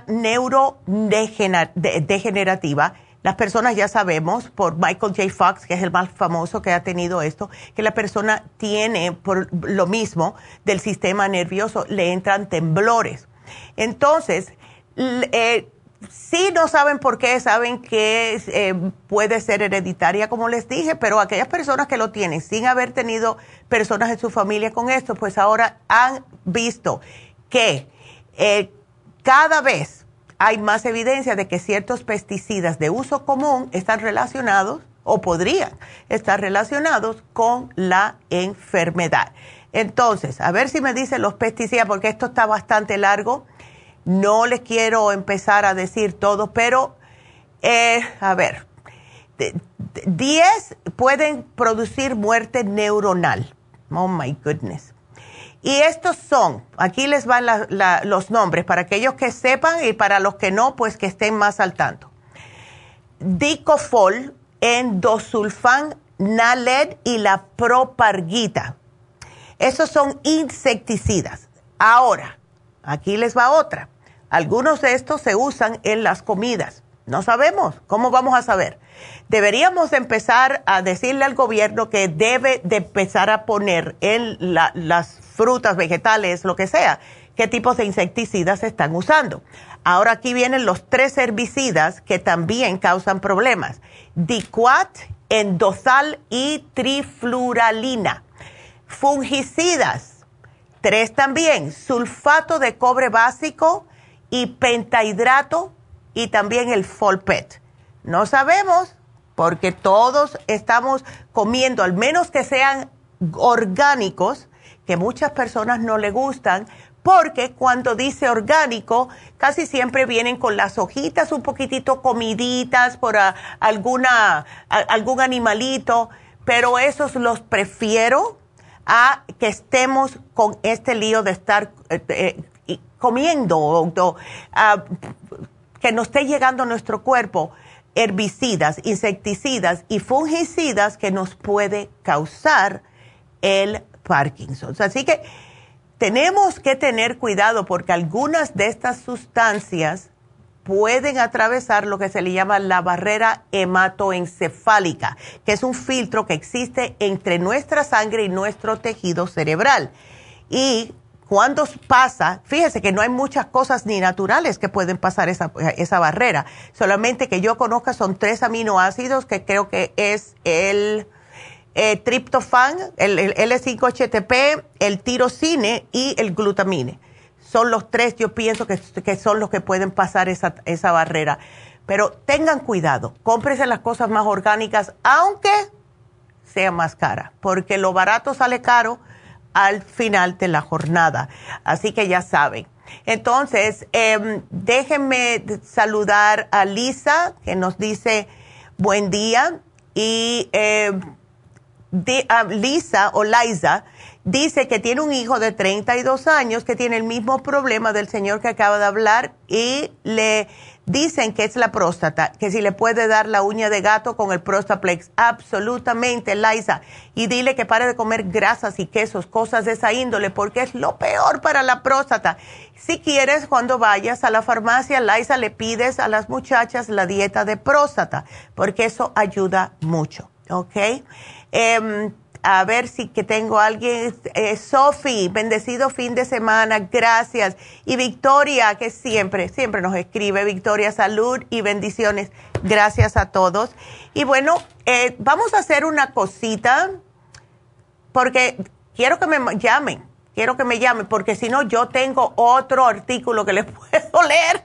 neurodegenerativa. Las personas ya sabemos, por Michael J. Fox, que es el más famoso que ha tenido esto, que la persona tiene, por lo mismo del sistema nervioso, le entran temblores. Entonces, eh, sí no saben por qué, saben que eh, puede ser hereditaria, como les dije, pero aquellas personas que lo tienen sin haber tenido personas en su familia con esto, pues ahora han visto que eh, cada vez hay más evidencia de que ciertos pesticidas de uso común están relacionados o podrían estar relacionados con la enfermedad. Entonces, a ver si me dicen los pesticidas, porque esto está bastante largo. No les quiero empezar a decir todo, pero, eh, a ver, diez pueden producir muerte neuronal. Oh, my goodness. Y estos son, aquí les van la, la, los nombres para aquellos que sepan y para los que no, pues que estén más al tanto. Dicofol, endosulfán, Naled y la proparguita. Esos son insecticidas. Ahora, aquí les va otra. Algunos de estos se usan en las comidas. No sabemos. ¿Cómo vamos a saber? Deberíamos empezar a decirle al gobierno que debe de empezar a poner en la, las frutas, vegetales, lo que sea, qué tipos de insecticidas se están usando. Ahora aquí vienen los tres herbicidas que también causan problemas: Dicuat, Endosal y trifluralina. Fungicidas, tres también: sulfato de cobre básico y pentahidrato, y también el Folpet. No sabemos, porque todos estamos comiendo, al menos que sean orgánicos, que muchas personas no les gustan, porque cuando dice orgánico, casi siempre vienen con las hojitas un poquitito comiditas por a, alguna, a, algún animalito, pero esos los prefiero a que estemos con este lío de estar eh, eh, comiendo, o, uh, que nos esté llegando a nuestro cuerpo herbicidas, insecticidas y fungicidas que nos puede causar el Parkinson. Así que tenemos que tener cuidado porque algunas de estas sustancias pueden atravesar lo que se le llama la barrera hematoencefálica, que es un filtro que existe entre nuestra sangre y nuestro tejido cerebral. Y cuando pasa, fíjese que no hay muchas cosas ni naturales que pueden pasar esa, esa barrera. Solamente que yo conozca son tres aminoácidos que creo que es el eh, triptofán, el, el L cinco H T P, el tirosine y el glutamine. Son los tres, yo pienso que, que son los que pueden pasar esa, esa barrera. Pero tengan cuidado, cómprese las cosas más orgánicas, aunque sea más cara, porque lo barato sale caro al final de la jornada. Así que ya saben. Entonces, eh, déjenme saludar a Lisa, que nos dice buen día. Y eh, de, uh, Lisa o Liza dice que tiene un hijo de treinta y dos años que tiene el mismo problema del señor que acaba de hablar y le dicen que es la próstata, que si le puede dar la uña de gato con el Prostaplex. Absolutamente, Liza. Y dile que pare de comer grasas y quesos, cosas de esa índole, porque es lo peor para la próstata. Si quieres, cuando vayas a la farmacia, Liza, le pides a las muchachas la dieta de próstata, porque eso ayuda mucho, ¿ok? Eh, A ver si que tengo a alguien. Eh, Sofi, bendecido fin de semana, gracias. Y Victoria, que siempre, siempre nos escribe. Victoria, salud y bendiciones. Gracias a todos. Y bueno, eh, vamos a hacer una cosita, porque quiero que me llamen, quiero que me llamen, porque si no yo tengo otro artículo que les puedo leer.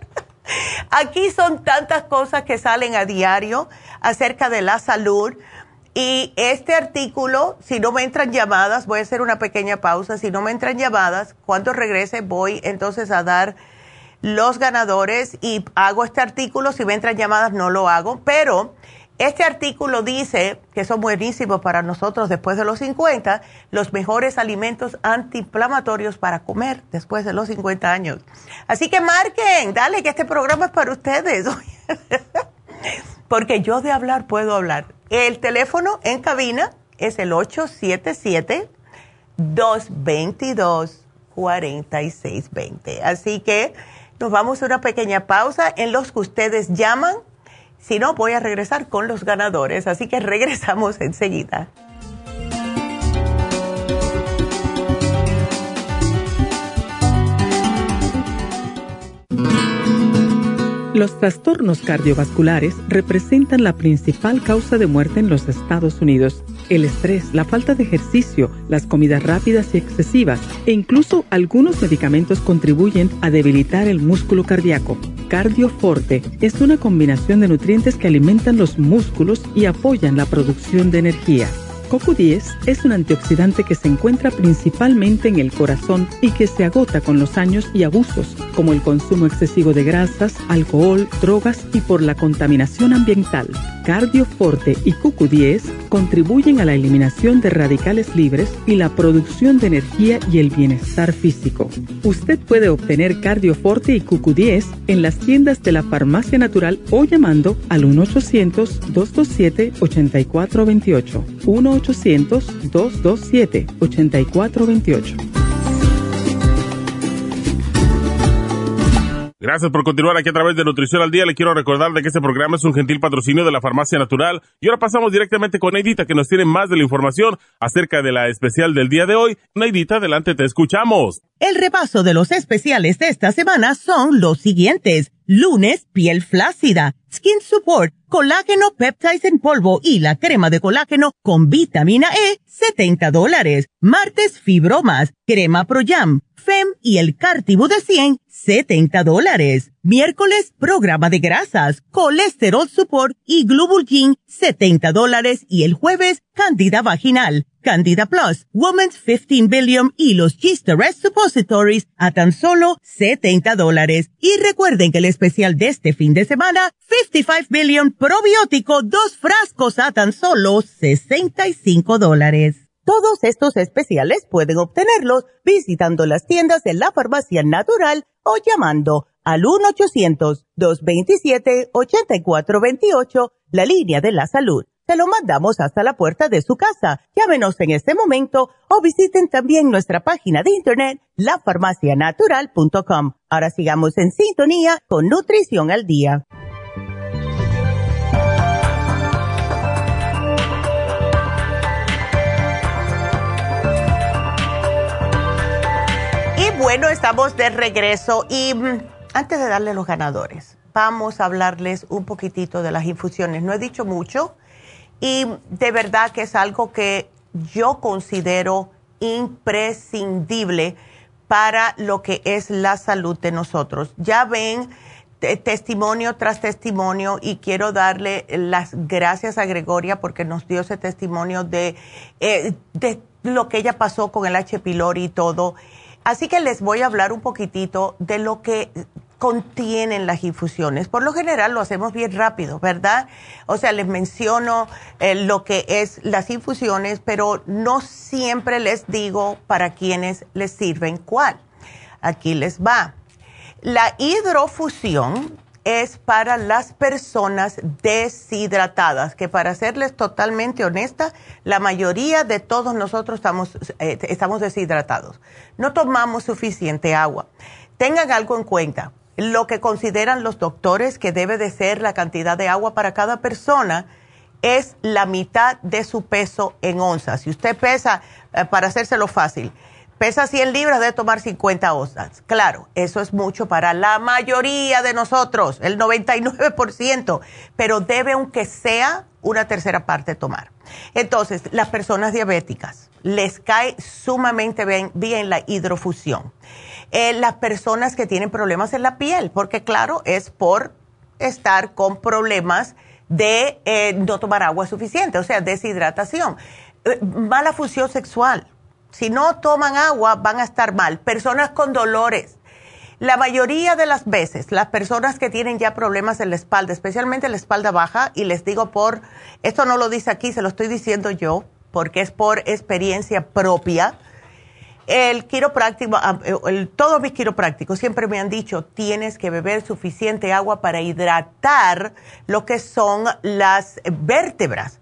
Aquí son tantas cosas que salen a diario acerca de la salud. Y este artículo, si no me entran llamadas, voy a hacer una pequeña pausa, si no me entran llamadas, cuando regrese voy entonces a dar los ganadores y hago este artículo, si me entran llamadas no lo hago, pero este artículo dice que son buenísimos para nosotros después de los cincuenta, los mejores alimentos antiinflamatorios para comer después de los cincuenta años. Así que marquen, dale que este programa es para ustedes, porque yo de hablar puedo hablar. El teléfono en cabina es el ocho siete siete, dos dos dos, cuatro seis dos cero. Así que nos vamos a una pequeña pausa en los que ustedes llaman. Si no, voy a regresar con los ganadores. Así que regresamos enseguida. Los trastornos cardiovasculares representan la principal causa de muerte en los Estados Unidos. El estrés, la falta de ejercicio, las comidas rápidas y excesivas e incluso algunos medicamentos contribuyen a debilitar el músculo cardíaco. Cardioforte es una combinación de nutrientes que alimentan los músculos y apoyan la producción de energía. C O Q diez es un antioxidante que se encuentra principalmente en el corazón y que se agota con los años y abusos, como el consumo excesivo de grasas, alcohol, drogas y por la contaminación ambiental. Cardioforte y C O Q diez contribuyen a la eliminación de radicales libres y la producción de energía y el bienestar físico. Usted puede obtener Cardioforte y C O Q diez en las tiendas de la Farmacia Natural o llamando al uno ochocientos, dos dos siete, ocho cuatro dos ocho. uno ochocientos, dos dos siete, ocho cuatro dos ocho. Gracias por continuar aquí a través de Nutrición al Día. Le quiero recordar de que este programa es un gentil patrocinio de la Farmacia Natural. Y ahora pasamos directamente con Neidita, que nos tiene más de la información acerca de la especial del día de hoy. Neidita, adelante, te escuchamos. El repaso de los especiales de esta semana son los siguientes. Lunes, piel flácida, Skin Support, colágeno peptides en polvo y la crema de colágeno con vitamina E, setenta dólares. Martes, fibromas, crema Pro Jam, F E M y el Cartibu de cien, setenta dólares. Miércoles, programa de grasas, colesterol support y Glubulgin, setenta dólares. Y el jueves, Candida vaginal, Candida Plus, Women's quince Billion y los Gista Rest Suppositories a tan solo setenta dólares. Y recuerden que el especial de este fin de semana, cincuenta y cinco Billion Probiótico, dos frascos a tan solo sesenta y cinco dólares. Todos estos especiales pueden obtenerlos visitando las tiendas de la Farmacia Natural o llamando al uno ochocientos, dos veintisiete, ochenta y cuatro veintiocho, la línea de la salud. Se lo mandamos hasta la puerta de su casa. Llámenos en este momento o visiten también nuestra página de internet, la farmacia natural punto com. Ahora sigamos en sintonía con Nutrición al Día. Y bueno, estamos de regreso y mm, antes de darle los ganadores, vamos a hablarles un poquitito de las infusiones. No he dicho mucho. Y de verdad que es algo que yo considero imprescindible para lo que es la salud de nosotros. Ya ven te testimonio tras testimonio y quiero darle las gracias a Gregoria porque nos dio ese testimonio de, eh, de lo que ella pasó con el H. pylori y todo. Así que les voy a hablar un poquitito de lo que contienen las infusiones. Por lo general lo hacemos bien rápido, ¿verdad? O sea, les menciono eh, lo que es las infusiones, pero no siempre les digo para quiénes les sirven cuál. Aquí les va. La hidrofusión es para las personas deshidratadas, que para serles totalmente honesta, la mayoría de todos nosotros estamos, eh, estamos deshidratados. No tomamos suficiente agua. Tengan algo en cuenta. Lo que consideran los doctores que debe de ser la cantidad de agua para cada persona es la mitad de su peso en onzas. Si usted pesa, eh, para hacérselo fácil, pesa cien libras, debe tomar cincuenta onzas. Claro, eso es mucho para la mayoría de nosotros, el noventa y nueve por ciento, pero debe aunque sea una tercera parte tomar. Entonces, las personas diabéticas, les cae sumamente bien, bien la hidrofusión. Eh, las personas que tienen problemas en la piel, porque claro, es por estar con problemas de eh, no tomar agua suficiente, o sea, deshidratación. Eh, mala función sexual. Si no toman agua, van a estar mal. Personas con dolores. La mayoría de las veces, las personas que tienen ya problemas en la espalda, especialmente en la espalda baja, y les digo por, esto no lo dice aquí, se lo estoy diciendo yo, porque es por experiencia propia. El quiropráctico, el, todos mis quiroprácticos siempre me han dicho, tienes que beber suficiente agua para hidratar lo que son las vértebras.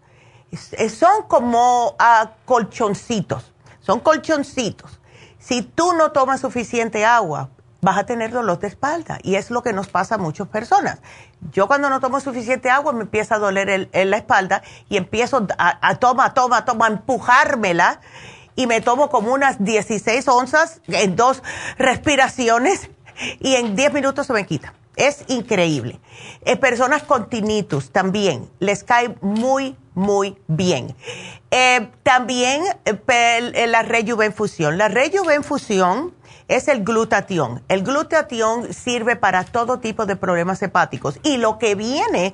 Son como uh, colchoncitos, son colchoncitos. Si tú no tomas suficiente agua, vas a tener dolor de espalda y es lo que nos pasa a muchas personas. Yo cuando no tomo suficiente agua me empieza a doler el, el, la espalda y empiezo a, a toma, toma, toma, a empujármela. Y me tomo como unas dieciséis onzas en dos respiraciones y en diez minutos se me quita. Es increíble. Eh, personas con tinnitus también les cae muy, muy bien. Eh, también eh, la rejuvenfusión. La rejuvenfusión es el glutatión. El glutatión sirve para todo tipo de problemas hepáticos y lo que viene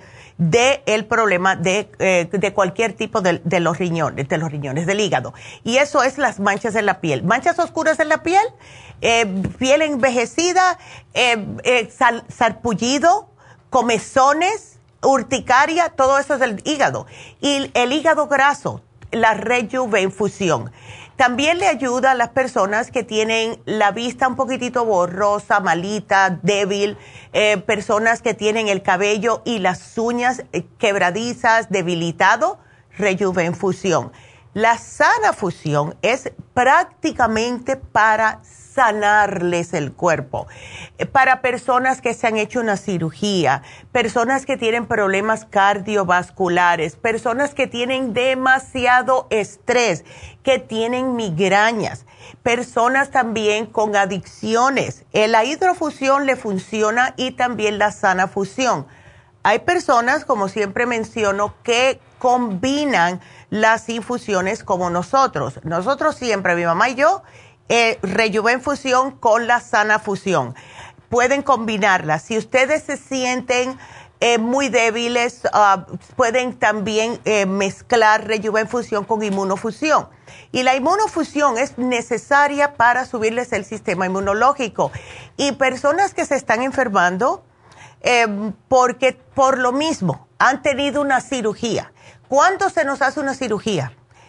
del problema de, eh, de cualquier tipo de, de los riñones, de los riñones, del hígado. Y eso es las manchas en la piel. Manchas oscuras en la piel, eh, piel envejecida, eh, eh, sal, sarpullido, comezones, urticaria, todo eso es del hígado. Y el hígado graso, la rejuvenfusión. También le ayuda a las personas que tienen la vista un poquitito borrosa, malita, débil, eh, personas que tienen el cabello y las uñas quebradizas, debilitado, rejuvenfusión. La sana fusión es prácticamente para sanarles el cuerpo. Para personas que se han hecho una cirugía, personas que tienen problemas cardiovasculares, personas que tienen demasiado estrés, que tienen migrañas, personas también con adicciones. La hidrofusión le funciona y también la sana fusión. Hay personas, como siempre menciono, que combinan las infusiones como nosotros. Nosotros siempre, mi mamá y yo, Eh, rejuvenfusión con la sana fusión. Pueden combinarlas. Si ustedes se sienten eh, muy débiles, uh, pueden también eh, mezclar rejuvenfusión con inmunofusión. Y la inmunofusión es necesaria para subirles el sistema inmunológico. Y personas que se están enfermando eh, porque por lo mismo han tenido una cirugía. ¿Cuándo se nos hace una cirugía?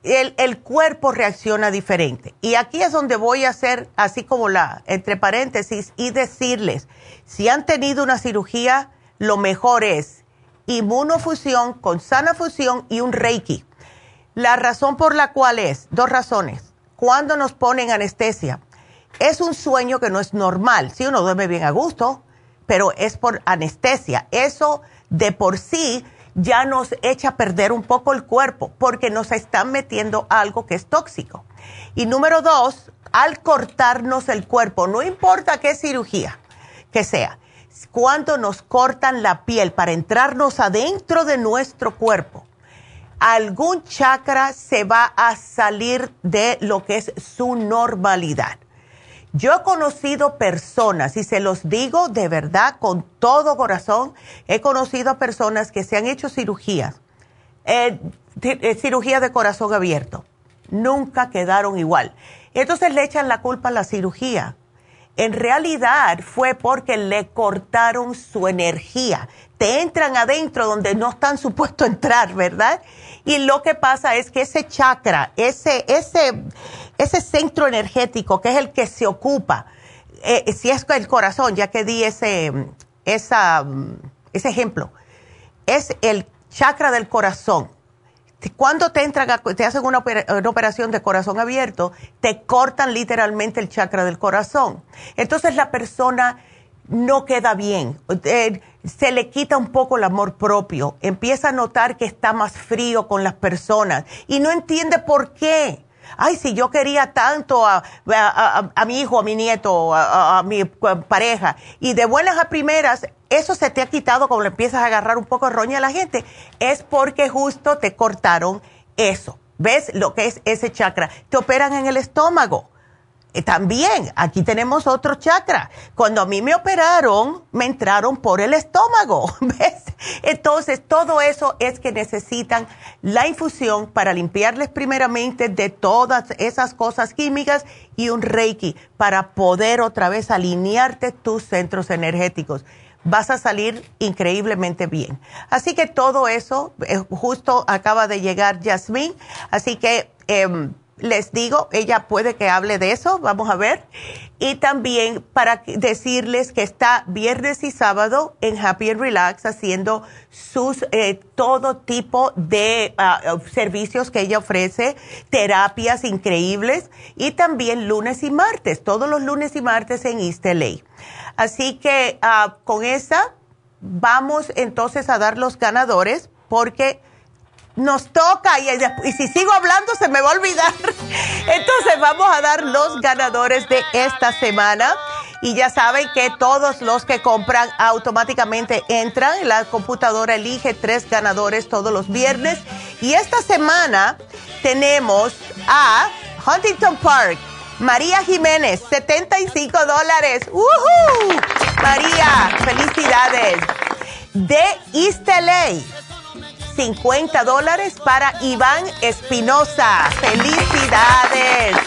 el, el cuerpo reacciona diferente. Y aquí es donde voy a hacer, así como la, entre paréntesis, y decirles, si han tenido una cirugía, lo mejor es inmunofusión con sana fusión y un Reiki. La razón por la cual es, dos razones. Cuando nos ponen anestesia, es un sueño que no es normal. Sí, uno duerme bien a gusto, pero es por anestesia. Eso de por sí ya nos echa a perder un poco el cuerpo porque nos están metiendo algo que es tóxico. Y número dos, al cortarnos el cuerpo, no importa qué cirugía que sea, cuando nos cortan la piel para entrarnos adentro de nuestro cuerpo, algún chakra se va a salir de lo que es su normalidad. Yo he conocido personas, y se los digo de verdad con todo corazón, he conocido personas que se han hecho cirugías, eh, eh, cirugía de corazón abierto, nunca quedaron igual. Entonces le echan la culpa a la cirugía. En realidad fue porque le cortaron su energía. Te entran adentro donde no están supuestos a entrar, ¿verdad? Y lo que pasa es que ese chakra, ese, ese, ese centro energético que es el que se ocupa, eh, si es el corazón, ya que di ese, esa, ese ejemplo, es el chakra del corazón. Cuando te entran, a, te hacen una, una operación de corazón abierto, te cortan literalmente el chakra del corazón. Entonces la persona no queda bien, eh, se le quita un poco el amor propio, empieza a notar que está más frío con las personas y no entiende por qué. Ay, si yo quería tanto a, a, a, a mi hijo, a mi nieto, a, a, a mi pareja, y de buenas a primeras, eso se te ha quitado cuando le empiezas a agarrar un poco de roña a la gente, es porque justo te cortaron eso. ¿Ves lo que es ese chakra? Te operan en el estómago. Eh, también, aquí tenemos otro chakra. Cuando a mí me operaron, me entraron por el estómago, ¿ves? Entonces, todo eso es que necesitan la infusión para limpiarles primeramente de todas esas cosas químicas y un Reiki para poder otra vez alinearte tus centros energéticos. Vas a salir increíblemente bien. Así que todo eso, eh, justo acaba de llegar Yasmín, así que eh, les digo, ella puede que hable de eso, vamos a ver. Y también para decirles que está viernes y sábado en Happy and Relax haciendo sus eh, todo tipo de uh, servicios que ella ofrece, terapias increíbles, y también lunes y martes, todos los lunes y martes en East L A. Así que uh, con esa vamos entonces a dar los ganadores porque nos toca y, y si sigo hablando se me va a olvidar. Entonces vamos a dar los ganadores de esta semana y ya saben que todos los que compran automáticamente entran. La computadora elige tres ganadores todos los viernes y esta semana tenemos a Huntington Park, María Jiménez, setenta y cinco dólares. ¡Woohoo! María, felicidades. De East L A, cincuenta dólares para Iván Espinosa. ¡Felicidades!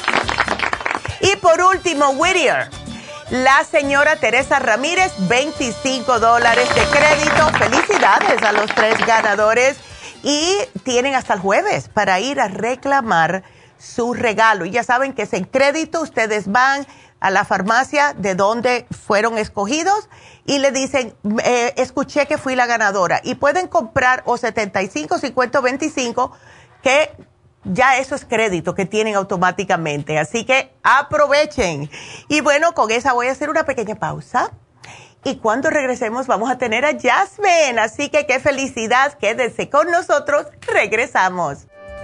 Y por último, Whittier, la señora Teresa Ramírez, veinticinco dólares de crédito. ¡Felicidades a los tres ganadores! Y tienen hasta el jueves para ir a reclamar su regalo. Y ya saben que es en crédito. Ustedes van a la farmacia de donde fueron escogidos y le dicen, eh, escuché que fui la ganadora. Y pueden comprar o setenta y cinco, cincuenta o veinticinco, que ya eso es crédito que tienen automáticamente. Así que aprovechen. Y bueno, con esa voy a hacer una pequeña pausa. Y cuando regresemos vamos a tener a Jasmine. Así que qué felicidad. Quédense con nosotros. Regresamos.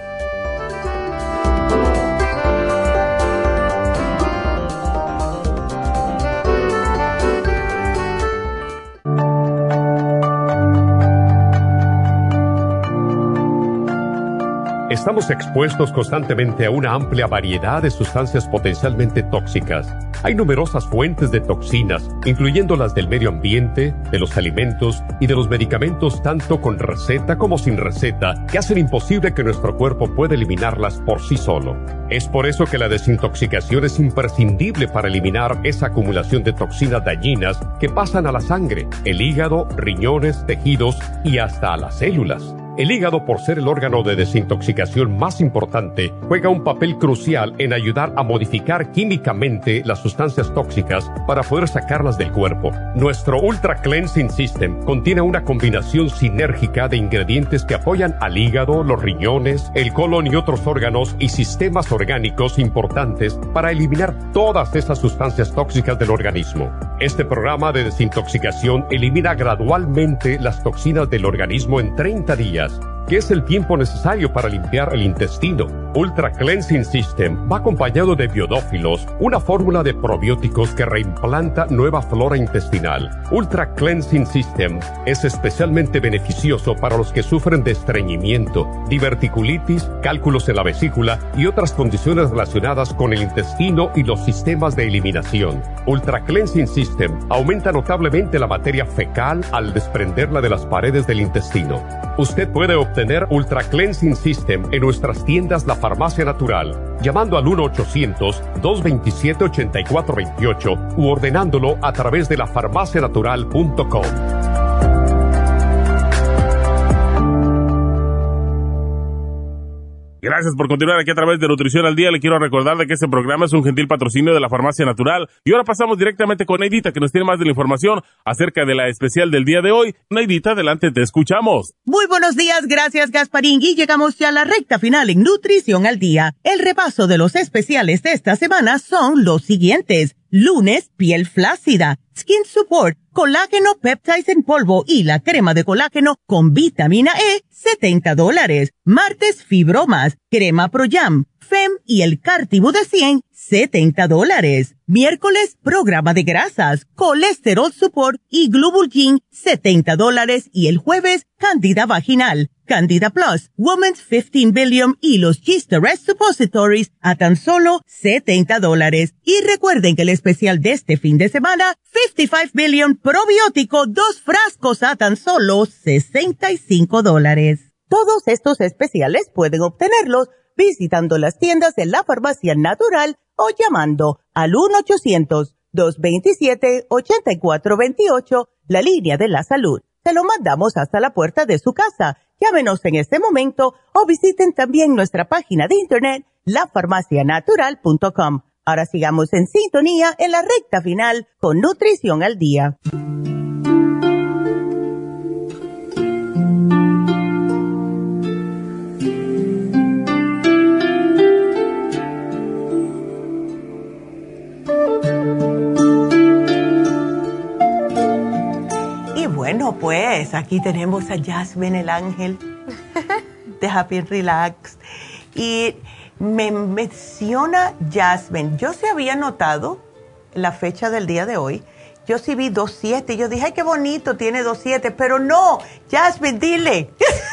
Estamos expuestos constantemente a una amplia variedad de sustancias potencialmente tóxicas. Hay numerosas fuentes de toxinas, incluyendo las del medio ambiente, de los alimentos y de los medicamentos, tanto con receta como sin receta, que hacen imposible que nuestro cuerpo pueda eliminarlas por sí solo. Es por eso que la desintoxicación es imprescindible para eliminar esa acumulación de toxinas dañinas que pasan a la sangre, el hígado, riñones, tejidos y hasta a las células. El hígado, por ser el órgano de desintoxicación más importante, juega un papel crucial en ayudar a modificar químicamente las sustancias tóxicas para poder sacarlas del cuerpo. Nuestro Ultra Cleansing System contiene una combinación sinérgica de ingredientes que apoyan al hígado, los riñones, el colon y otros órganos y sistemas orgánicos importantes para eliminar todas esas sustancias tóxicas del organismo. Este programa de desintoxicación elimina gradualmente las toxinas del organismo en treinta días, que es el tiempo necesario para limpiar el intestino. Ultra Cleansing System va acompañado de biodófilos, una fórmula de probióticos que reimplanta nueva flora intestinal. Ultra Cleansing System es especialmente beneficioso para los que sufren de estreñimiento, diverticulitis, cálculos en la vesícula y otras condiciones relacionadas con el intestino y los sistemas de eliminación. Ultra Cleansing System aumenta notablemente la materia fecal al desprenderla de las paredes del intestino. Usted puede obtener Ultra Cleansing System en nuestras tiendas La Farmacia Natural, llamando al uno ochocientos, dos veintisiete, ochenta y cuatro veintiocho u ordenándolo a través de la farmacia natural punto com. Gracias por continuar aquí a través de Nutrición al Día. Le quiero recordar de que este programa es un gentil patrocinio de la Farmacia Natural. Y ahora pasamos directamente con Neidita, que nos tiene más de la información acerca de la especial del día de hoy. Neidita, adelante, te escuchamos. Muy buenos días, gracias Gasparín. Y llegamos ya a la recta final en Nutrición al Día. El repaso de los especiales de esta semana son los siguientes. Lunes, piel flácida, Skin Support, colágeno peptides en polvo y la crema de colágeno con vitamina E, setenta dólares. Martes, fibromas, crema Pro Jam, Fem y el Cartibu de cien, setenta dólares. Miércoles, programa de grasas, colesterol support y Glubulgin, setenta dólares. Y el jueves, Candida vaginal, Candida Plus, Women's quince Billion y los Gista Rest Suppositories a tan solo setenta dólares. Y recuerden que el especial de este fin de semana, cincuenta y cinco Billion Probiótico, dos frascos a tan solo sesenta y cinco dólares. Todos estos especiales pueden obtenerlos visitando las tiendas de la Farmacia Natural o llamando al uno ochocientos, dos veintisiete, ochenta y cuatro veintiocho, la línea de la salud. Se lo mandamos hasta la puerta de su casa. Llámenos en este momento o visiten también nuestra página de internet, la farmacia natural punto com. Ahora sigamos en sintonía en la recta final con Nutrición al Día. Bueno, pues aquí tenemos a Jasmine el ángel de Happy and Relax. Y me menciona Jasmine, yo se había notado la fecha del día de hoy. Yo sí vi dos siete y yo dije, ay, qué bonito, tiene dos siete, pero no, Jasmine, dile.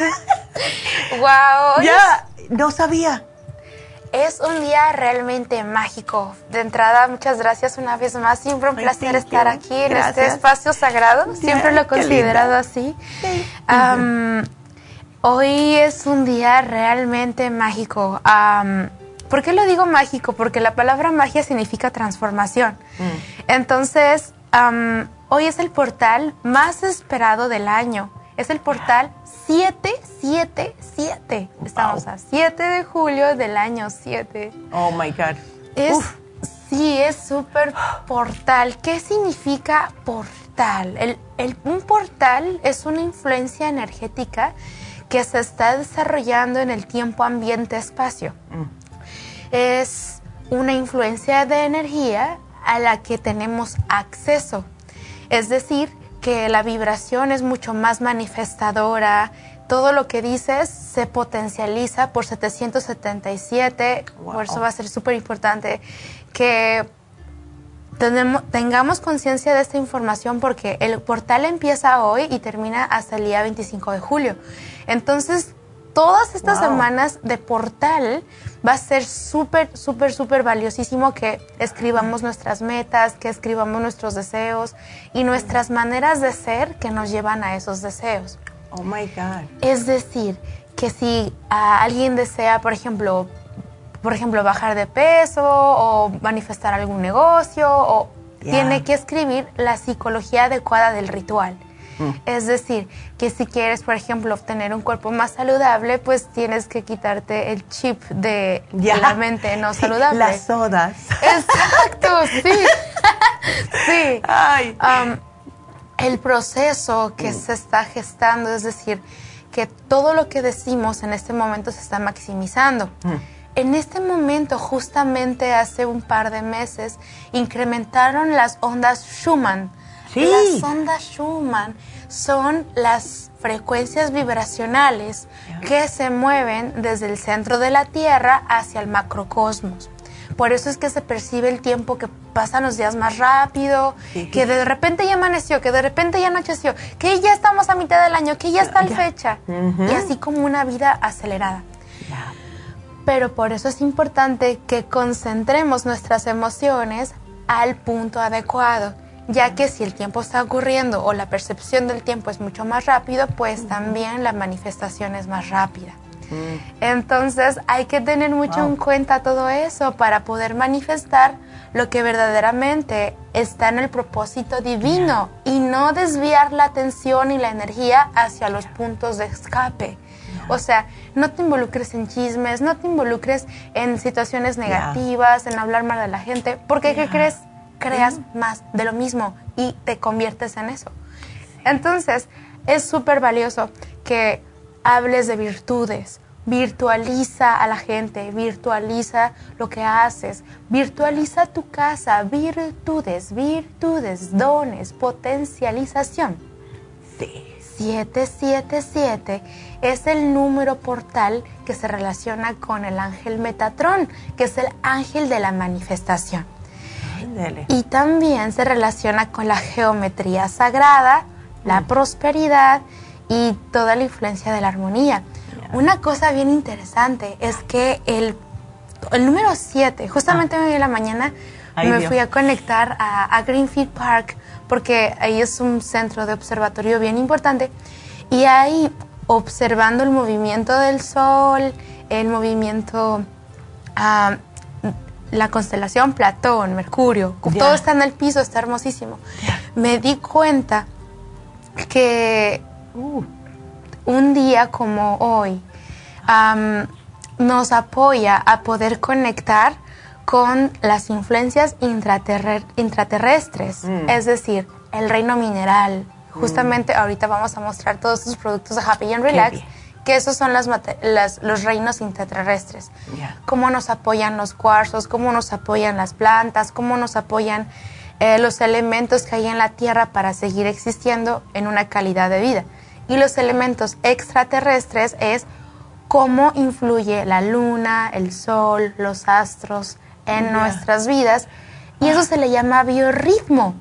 Wow. Ya, no sabía. Es un día realmente mágico. De entrada, muchas gracias una vez más. Siempre un placer estar aquí en gracias. Este espacio sagrado. Siempre lo he considerado así. Sí. Um, hoy es un día realmente mágico. Um, ¿Por qué lo digo mágico? Porque la palabra magia significa transformación. Mm. Entonces, um, hoy es el portal más esperado del año. Es el portal siete siete siete. Estamos wow. a siete de julio del año siete. Oh, my God. Es, sí, es súper portal. ¿Qué significa portal? El, el, un portal es una influencia energética que se está desarrollando en el tiempo, ambiente, espacio. Mm. Es una influencia de energía a la que tenemos acceso. Es decir, que la vibración es mucho más manifestadora. Todo lo que dices se potencializa por setecientos setenta y siete. Wow. Por eso va a ser súper importante que tenemos, tengamos conciencia de esta información, porque el portal empieza hoy y termina hasta el día veinticinco de julio. Entonces, todas estas wow. semanas de portal va a ser súper, súper, súper valiosísimo que escribamos nuestras metas, que escribamos nuestros deseos y nuestras maneras de ser que nos llevan a esos deseos. Oh, my God. Es decir, que si uh, alguien desea, por ejemplo, por ejemplo, bajar de peso o manifestar algún negocio, o yeah. tiene que escribir la psicología adecuada del ritual. Mm. Es decir, que si quieres, por ejemplo, obtener un cuerpo más saludable, pues tienes que quitarte el chip de ya. la mente no saludable. Las sodas. Exacto, sí. sí. Ay. Um, el proceso que mm. se está gestando, es decir, que todo lo que decimos en este momento se está maximizando. Mm. En este momento, justamente hace un par de meses, incrementaron las ondas Schumann. Sí. Las ondas Schumann son las frecuencias vibracionales que se mueven desde el centro de la Tierra hacia el macrocosmos. Por eso es que se percibe el tiempo, que pasan los días más rápido, sí. que de repente ya amaneció, que de repente ya anocheció, que ya estamos a mitad del año, que ya está la fecha. Uh-huh. Y así como una vida acelerada. Yeah. Pero por eso es importante que concentremos nuestras emociones al punto adecuado, ya que si el tiempo está ocurriendo o la percepción del tiempo es mucho más rápido, pues uh-huh. también la manifestación es más rápida. Uh-huh. Entonces hay que tener mucho wow. en cuenta todo eso para poder manifestar lo que verdaderamente está en el propósito divino yeah. y no desviar la atención y la energía hacia los puntos de escape. O sea, no te involucres en chismes, no te involucres en situaciones negativas, yeah. en hablar mal de la gente, porque yeah. ¿qué crees? Creas yeah. más de lo mismo y te conviertes en eso. Entonces, es súper valioso que hables de virtudes, virtualiza a la gente, virtualiza lo que haces, virtualiza tu casa, virtudes, virtudes, dones, potencialización. Sí. siete siete siete es el número portal que se relaciona con el ángel Metatrón, que es el ángel de la manifestación. Dale. Y también se relaciona con la geometría sagrada, la mm. prosperidad y toda la influencia de la armonía. Yeah. Una cosa bien interesante es que el, el número siete, justamente ah. hoy en la mañana Ay, me Dios. fui a conectar a, a Greenfield Park, porque ahí es un centro de observatorio bien importante, y ahí observando el movimiento del sol, el movimiento, uh, la constelación Platón, Mercurio, yeah. todo está en el piso, está hermosísimo. Yeah. Me di cuenta que uh, un día como hoy um, nos apoya a poder conectar con las influencias intraterre- intraterrestres, mm. es decir, el reino mineral. Mm. Justamente ahorita vamos a mostrar todos estos productos de Happy and Relax, que esos son las, las, los reinos intraterrestres. Yeah. Cómo nos apoyan los cuarzos, cómo nos apoyan las plantas, cómo nos apoyan eh, los elementos que hay en la Tierra para seguir existiendo en una calidad de vida. Y los elementos extraterrestres es cómo influye la luna, el sol, los astros en yeah. nuestras vidas, y eso se le llama biorritmo.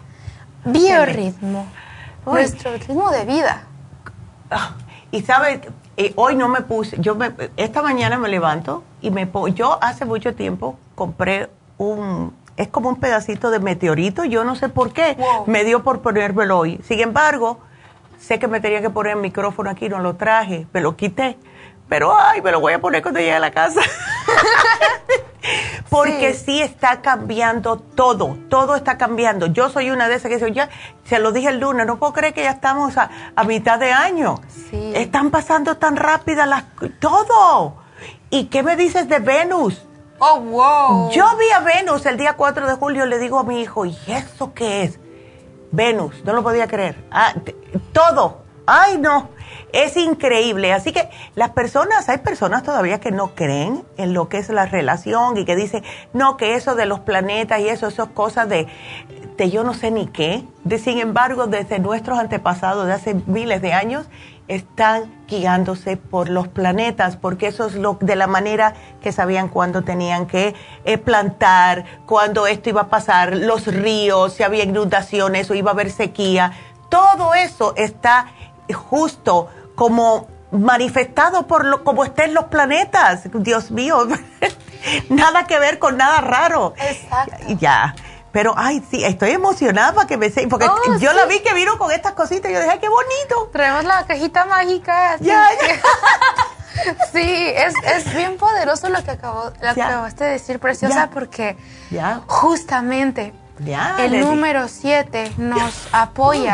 Biorritmo. Uy. Nuestro ritmo de vida. Oh, y sabes, eh, hoy no me puse, yo me, esta mañana me levanto y me pongo, yo hace mucho tiempo compré un, es como un pedacito de meteorito, yo no sé por qué, wow. me dio por ponérmelo hoy. Sin embargo, sé que me tenía que poner el micrófono aquí, no lo traje, me lo quité. Pero, ay, me lo voy a poner cuando llegue a la casa. Porque sí. sí está cambiando todo, todo está cambiando. Yo soy una de esas que dice, ya, se lo dije el lunes, no puedo creer que ya estamos a, a mitad de año. Sí. Están pasando tan rápidas las, todo. ¿Y qué me dices de Venus? Oh, wow. Yo vi a Venus el día cuatro de julio, le digo a mi hijo, ¿y eso qué es? Venus, no lo podía creer. Ah, t- todo. Ay, no. Es increíble. Así que las personas, hay personas todavía que no creen en lo que es la relación y que dicen, no, que eso de los planetas y eso, eso es cosas de, de yo no sé ni qué. De, sin embargo, desde nuestros antepasados de hace miles de años, están guiándose por los planetas, porque eso es lo de la manera que sabían cuándo tenían que eh, plantar, cuándo esto iba a pasar, los ríos, si había inundaciones o iba a haber sequía. Todo eso está justo como manifestado por lo, como estén los planetas. Dios mío, nada que ver con nada raro. Exacto. Ya, pero ay, sí, estoy emocionada para que me sé, porque oh, yo sí. la vi que vino con estas cositas y yo dije, ay, qué bonito. Traemos la cajita mágica. Ya, ya. Sí, es, es bien poderoso lo que acabo, lo que acabaste de decir, Preciosa, ya. porque ya. justamente ya, el número siete nos apoya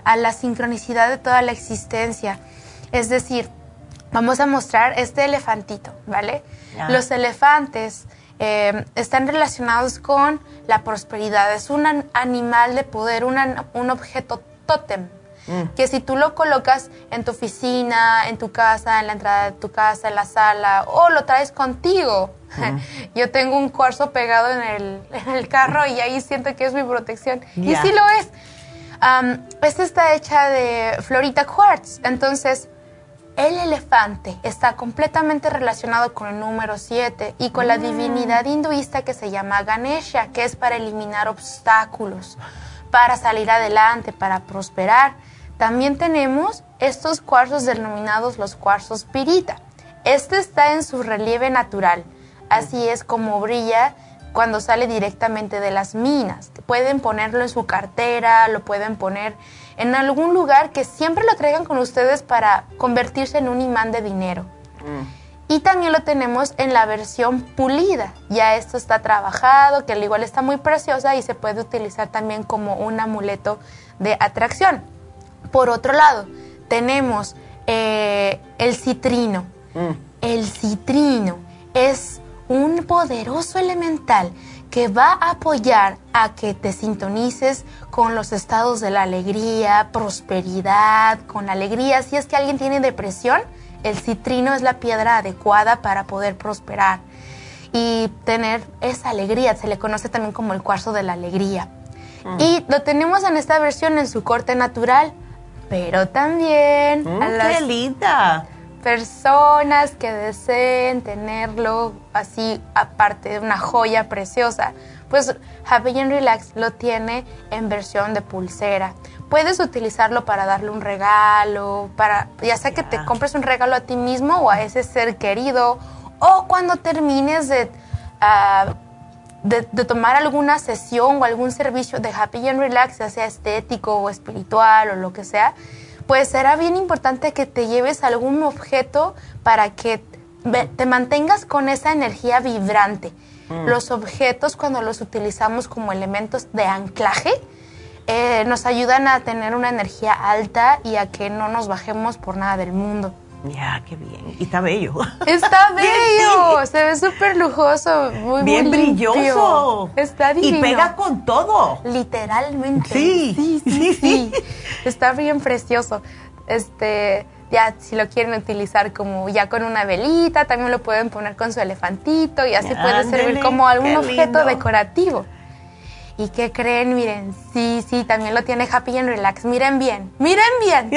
a la sincronicidad de toda la existencia. Es decir, vamos a mostrar este elefantito, ¿vale? Yeah. Los elefantes eh, están relacionados con la prosperidad. Es un an- animal de poder, una, un objeto tótem. Mm. Que si tú lo colocas en tu oficina, en tu casa, en la entrada de tu casa, en la sala, o lo traes contigo. Mm. Yo tengo un cuarzo pegado en el, en el carro y ahí siento que es mi protección. Yeah. Y sí lo es. Um, esta está hecha de Florida Quartz. Entonces, el elefante está completamente relacionado con el número siete y con mm. la divinidad hinduista que se llama Ganesha, que es para eliminar obstáculos, para salir adelante, para prosperar. También tenemos estos cuarzos denominados los cuarzos pirita. Este está en su relieve natural. Así es como brilla cuando sale directamente de las minas. Pueden ponerlo en su cartera, lo pueden poner en algún lugar que siempre lo traigan con ustedes para convertirse en un imán de dinero. Mm. Y también lo tenemos en la versión pulida. Ya esto está trabajado, que al igual está muy preciosa y se puede utilizar también como un amuleto de atracción. Por otro lado, tenemos eh, el citrino. Mm. El citrino es un poderoso elemental que va a apoyar a que te sintonices con los estados de la alegría, prosperidad, con alegría. Si es que alguien tiene depresión, el citrino es la piedra adecuada para poder prosperar y tener esa alegría. Se le conoce también como el cuarzo de la alegría. Mm. Y lo tenemos en esta versión en su corte natural, pero también mm, a las ¡qué linda! personas que deseen tenerlo así, aparte de una joya preciosa, pues Happy and Relax lo tiene en versión de pulsera. Puedes utilizarlo para darle un regalo, para ya sea que te compres un regalo a ti mismo o a ese ser querido, o cuando termines de, uh, de, de tomar alguna sesión o algún servicio de Happy and Relax, ya sea estético o espiritual o lo que sea, pues será bien importante que te lleves algún objeto para que te mantengas con esa energía vibrante. Mm. Los objetos, cuando los utilizamos como elementos de anclaje, eh, nos ayudan a tener una energía alta y a que no nos bajemos por nada del mundo. Ya, qué bien. Y está bello. Está bello. Sí. Se ve súper lujoso. Muy, bien muy brilloso. Limpio. Está divino. Y pega con todo. Literalmente. Sí. Sí, sí, sí. sí. Está bien precioso. Este, ya si lo quieren utilizar como ya con una velita, también lo pueden poner con su elefantito y así Ándale, puede servir como algún objeto lindo. decorativo. ¿Y qué creen? Miren, sí, sí, también lo tiene Happy and Relax. Miren bien, miren bien.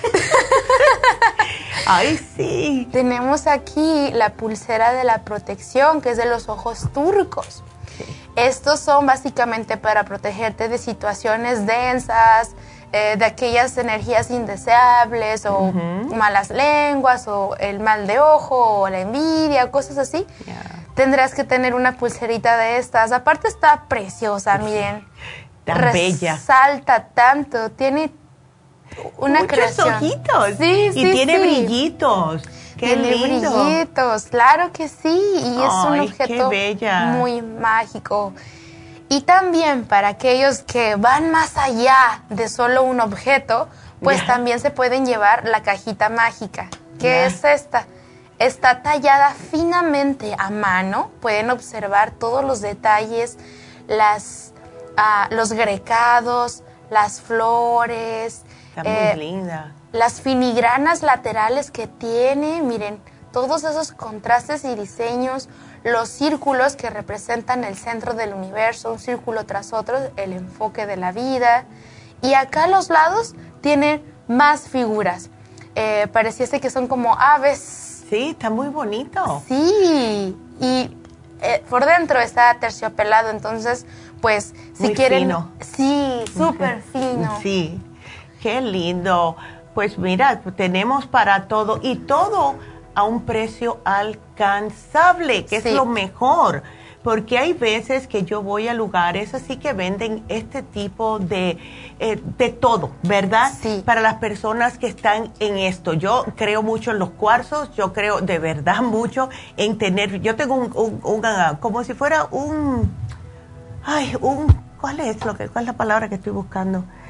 ¡Ay, sí! Tenemos aquí la pulsera de la protección, que es de los ojos turcos. Sí. Estos son básicamente para protegerte de situaciones densas, eh, de aquellas energías indeseables o uh-huh. malas lenguas o el mal de ojo o la envidia, cosas así. Yeah. Tendrás que tener una pulserita de estas. Aparte está preciosa, miren. Tan bella. Resalta tanto, tiene una muchos creación. ojitos. Sí, sí, y tiene sí. brillitos. Qué tiene lindo. brillitos, claro que sí. Y es Ay, un objeto qué bella. muy mágico. Y también para aquellos que van más allá de solo un objeto, pues yeah. también se pueden llevar la cajita mágica. ¿Qué yeah. es esta? Está tallada finamente a mano. Pueden observar todos los detalles, las, uh, los grecados, las flores. Está eh, muy linda. Las filigranas laterales que tiene, miren, todos esos contrastes y diseños, los círculos que representan el centro del universo, un círculo tras otro, el enfoque de la vida. Y acá a los lados tienen más figuras. Eh, pareciese que son como aves. Sí, está muy bonito. Sí, y eh, por dentro está terciopelado, entonces, pues, si muy quieren... Fino. Sí, súper fino. Sí, qué lindo. Pues mira, tenemos para todo y todo a un precio alcanzable, que sí. es lo mejor. Porque hay veces que yo voy a lugares así que venden este tipo de, eh, de todo, ¿verdad? Sí. Para las personas que están en esto. Yo creo mucho en los cuarzos, yo creo de verdad mucho en tener, yo tengo un, un, un como si fuera un, ay, un, ¿cuál es lo que, cuál es la palabra que estoy buscando?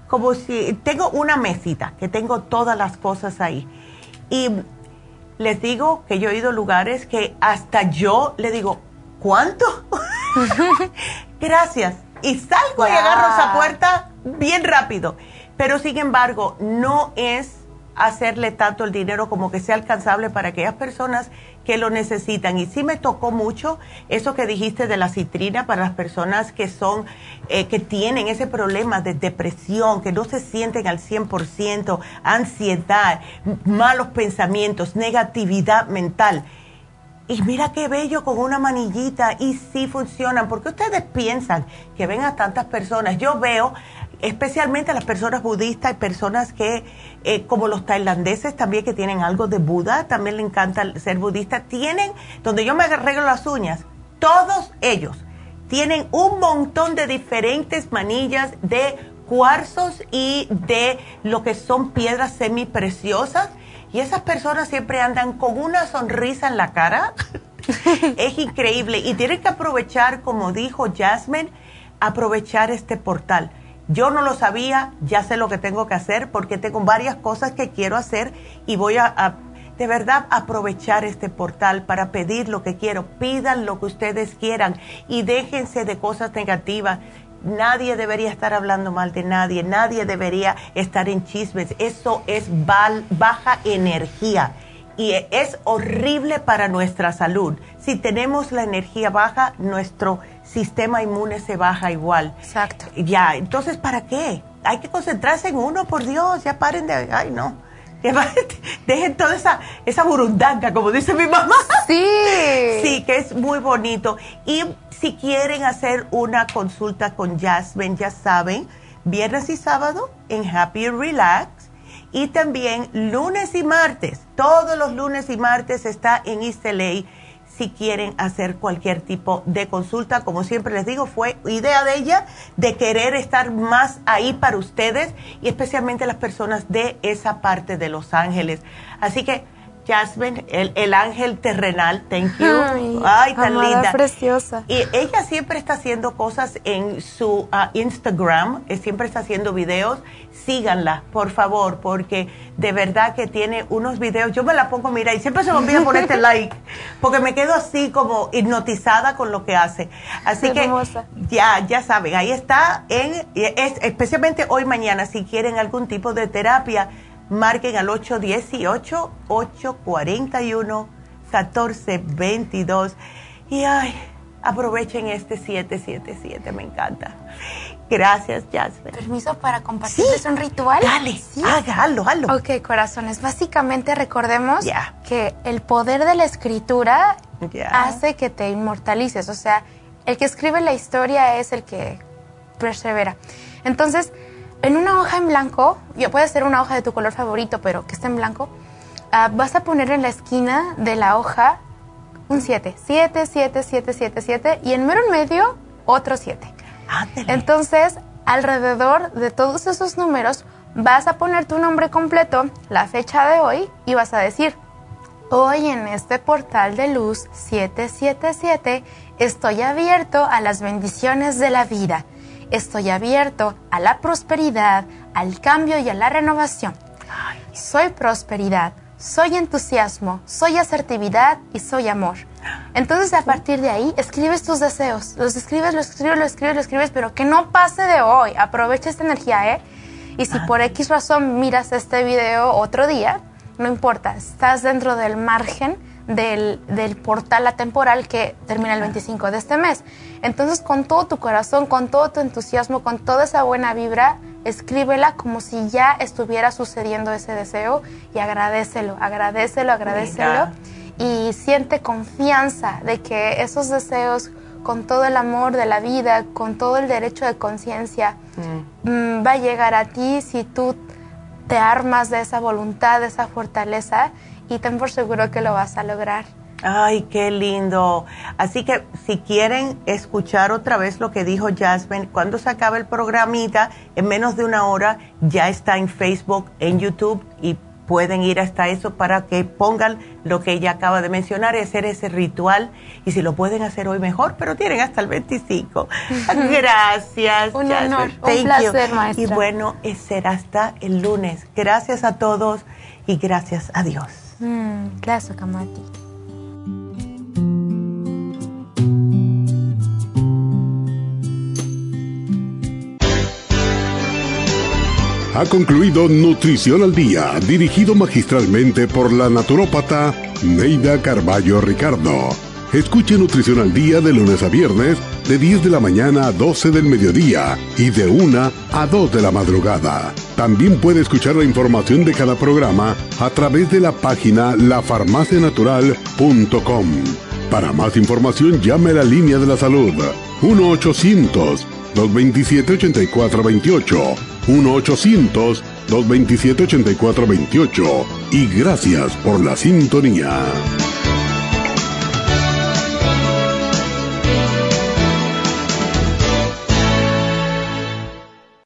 como si tengo una mesita, que tengo todas las cosas ahí. Y les digo que yo he ido a lugares que hasta yo le digo, ¿cuánto? Gracias. Y salgo wow. y agarro esa puerta bien rápido. Pero sin embargo, no es hacerle tanto el dinero como que sea alcanzable para aquellas personas que lo necesitan. Y sí me tocó mucho eso que dijiste de la citrina para las personas que son, eh, que tienen ese problema de depresión, que no se sienten al cien por ciento, ansiedad, malos pensamientos, negatividad mental. Y mira qué bello con una manillita, y sí funcionan, porque ustedes piensan que ven a tantas personas. Yo veo especialmente a las personas budistas y personas que, eh, como los tailandeses también, que tienen algo de Buda, también le encanta ser budista, tienen, donde yo me arreglo las uñas, todos ellos tienen un montón de diferentes manillas de cuarzos y de lo que son piedras semipreciosas, y esas personas siempre andan con una sonrisa en la cara. Es increíble, y tienen que aprovechar, como dijo Jasmine, aprovechar este portal. Yo no lo sabía, ya sé lo que tengo que hacer porque tengo varias cosas que quiero hacer y voy a, a de verdad aprovechar este portal para pedir lo que quiero. Pidan lo que ustedes quieran y déjense de cosas negativas. Nadie debería estar hablando mal de nadie, nadie debería estar en chismes. Eso es val, baja energía y es horrible para nuestra salud. Si tenemos la energía baja, nuestro sistema inmune se baja igual. Exacto. Ya, entonces, ¿para qué? Hay que concentrarse en uno, por Dios, ya paren de... Ay, no. Dejen toda esa, esa burundanga, como dice mi mamá. Sí. Sí, que es muy bonito. Y si quieren hacer una consulta con Jasmine, ya saben, viernes y sábado en Happy and Relax. Y también lunes y martes. Todos los lunes y martes está en East L A. Si quieren hacer cualquier tipo de consulta, como siempre les digo, fue idea de ella de querer estar más ahí para ustedes y especialmente las personas de esa parte de Los Ángeles. Así que, Jasmine, el, el ángel terrenal, thank you. Ay, Ay tan amada, linda. Preciosa. Y ella siempre está haciendo cosas en su uh, Instagram, eh, siempre está haciendo videos. Síganla, por favor, porque de verdad que tiene unos videos. Yo me la pongo, mira, y siempre se me olvida ponerte like, porque me quedo así como hipnotizada con lo que hace. Así que hermosa. ya, ya saben, ahí está, en, es, especialmente hoy, mañana, si quieren algún tipo de terapia, marquen al ocho uno ocho, ocho cuatro uno, uno cuatro dos dos y ay, aprovechen este siete siete siete, me encanta. Gracias, Jasmine. ¿Permiso para compartirles sí. un ritual? Dale, sí. haga, hazlo, hazlo. Ok, corazones, básicamente recordemos yeah. que el poder de la escritura yeah. hace que te inmortalices, o sea, el que escribe la historia es el que persevera. Entonces, en una hoja en blanco, puede ser una hoja de tu color favorito, pero que esté en blanco, uh, vas a poner en la esquina de la hoja un siete, siete, siete, siete, siete, siete, y en mero en medio, otro siete. Ándale. Entonces, alrededor de todos esos números, vas a poner tu nombre completo, la fecha de hoy, y vas a decir, hoy en este portal de luz siete siete siete, estoy abierto a las bendiciones de la vida. Estoy abierto a la prosperidad, al cambio y a la renovación. Ay. Soy prosperidad, soy entusiasmo, soy asertividad y soy amor. Entonces, a partir de ahí, escribes tus deseos. Los escribes, los escribes, los escribes, los escribes, pero que no pase de hoy. Aprovecha esta energía, ¿eh? Y si por X razón miras este video otro día, no importa, estás dentro del margen del, del portal atemporal que termina el veinticinco de este mes. Entonces, con todo tu corazón, con todo tu entusiasmo, con toda esa buena vibra, escríbela como si ya estuviera sucediendo ese deseo y agradécelo, agradécelo, agradécelo. Mira. Y siente confianza de que esos deseos, con todo el amor de la vida, con todo el derecho de conciencia, mm. mmm, va a llegar a ti si tú te armas de esa voluntad, de esa fortaleza, y ten por seguro que lo vas a lograr. Ay, qué lindo. Así que si quieren escuchar otra vez lo que dijo Jasmine, cuando se acabe el programita, en menos de una hora, ya está en Facebook, en YouTube, y pueden ir hasta eso para que pongan lo que ella acaba de mencionar y hacer ese ritual. Y si lo pueden hacer hoy mejor, pero tienen hasta el veinticinco. Gracias. Un honor, Thank un placer, you. maestra. Y bueno, será hasta el lunes. Gracias a todos y gracias a Dios. Mm, gracias, Kamati. Ha concluido Nutrición al Día, dirigido magistralmente por la naturópata Neida Carballo Ricardo. Escuche Nutrición al Día de lunes a viernes, de diez de la mañana a doce del mediodía y de una a dos de la madrugada. También puede escuchar la información de cada programa a través de la página la farmacia natural punto com. Para más información, llame a la línea de la salud uno ochocientos, dos veintisiete, ochenta y cuatro veintiocho. uno ochocientos, dos veintisiete, ochenta y cuatro veintiocho. Y gracias por la sintonía.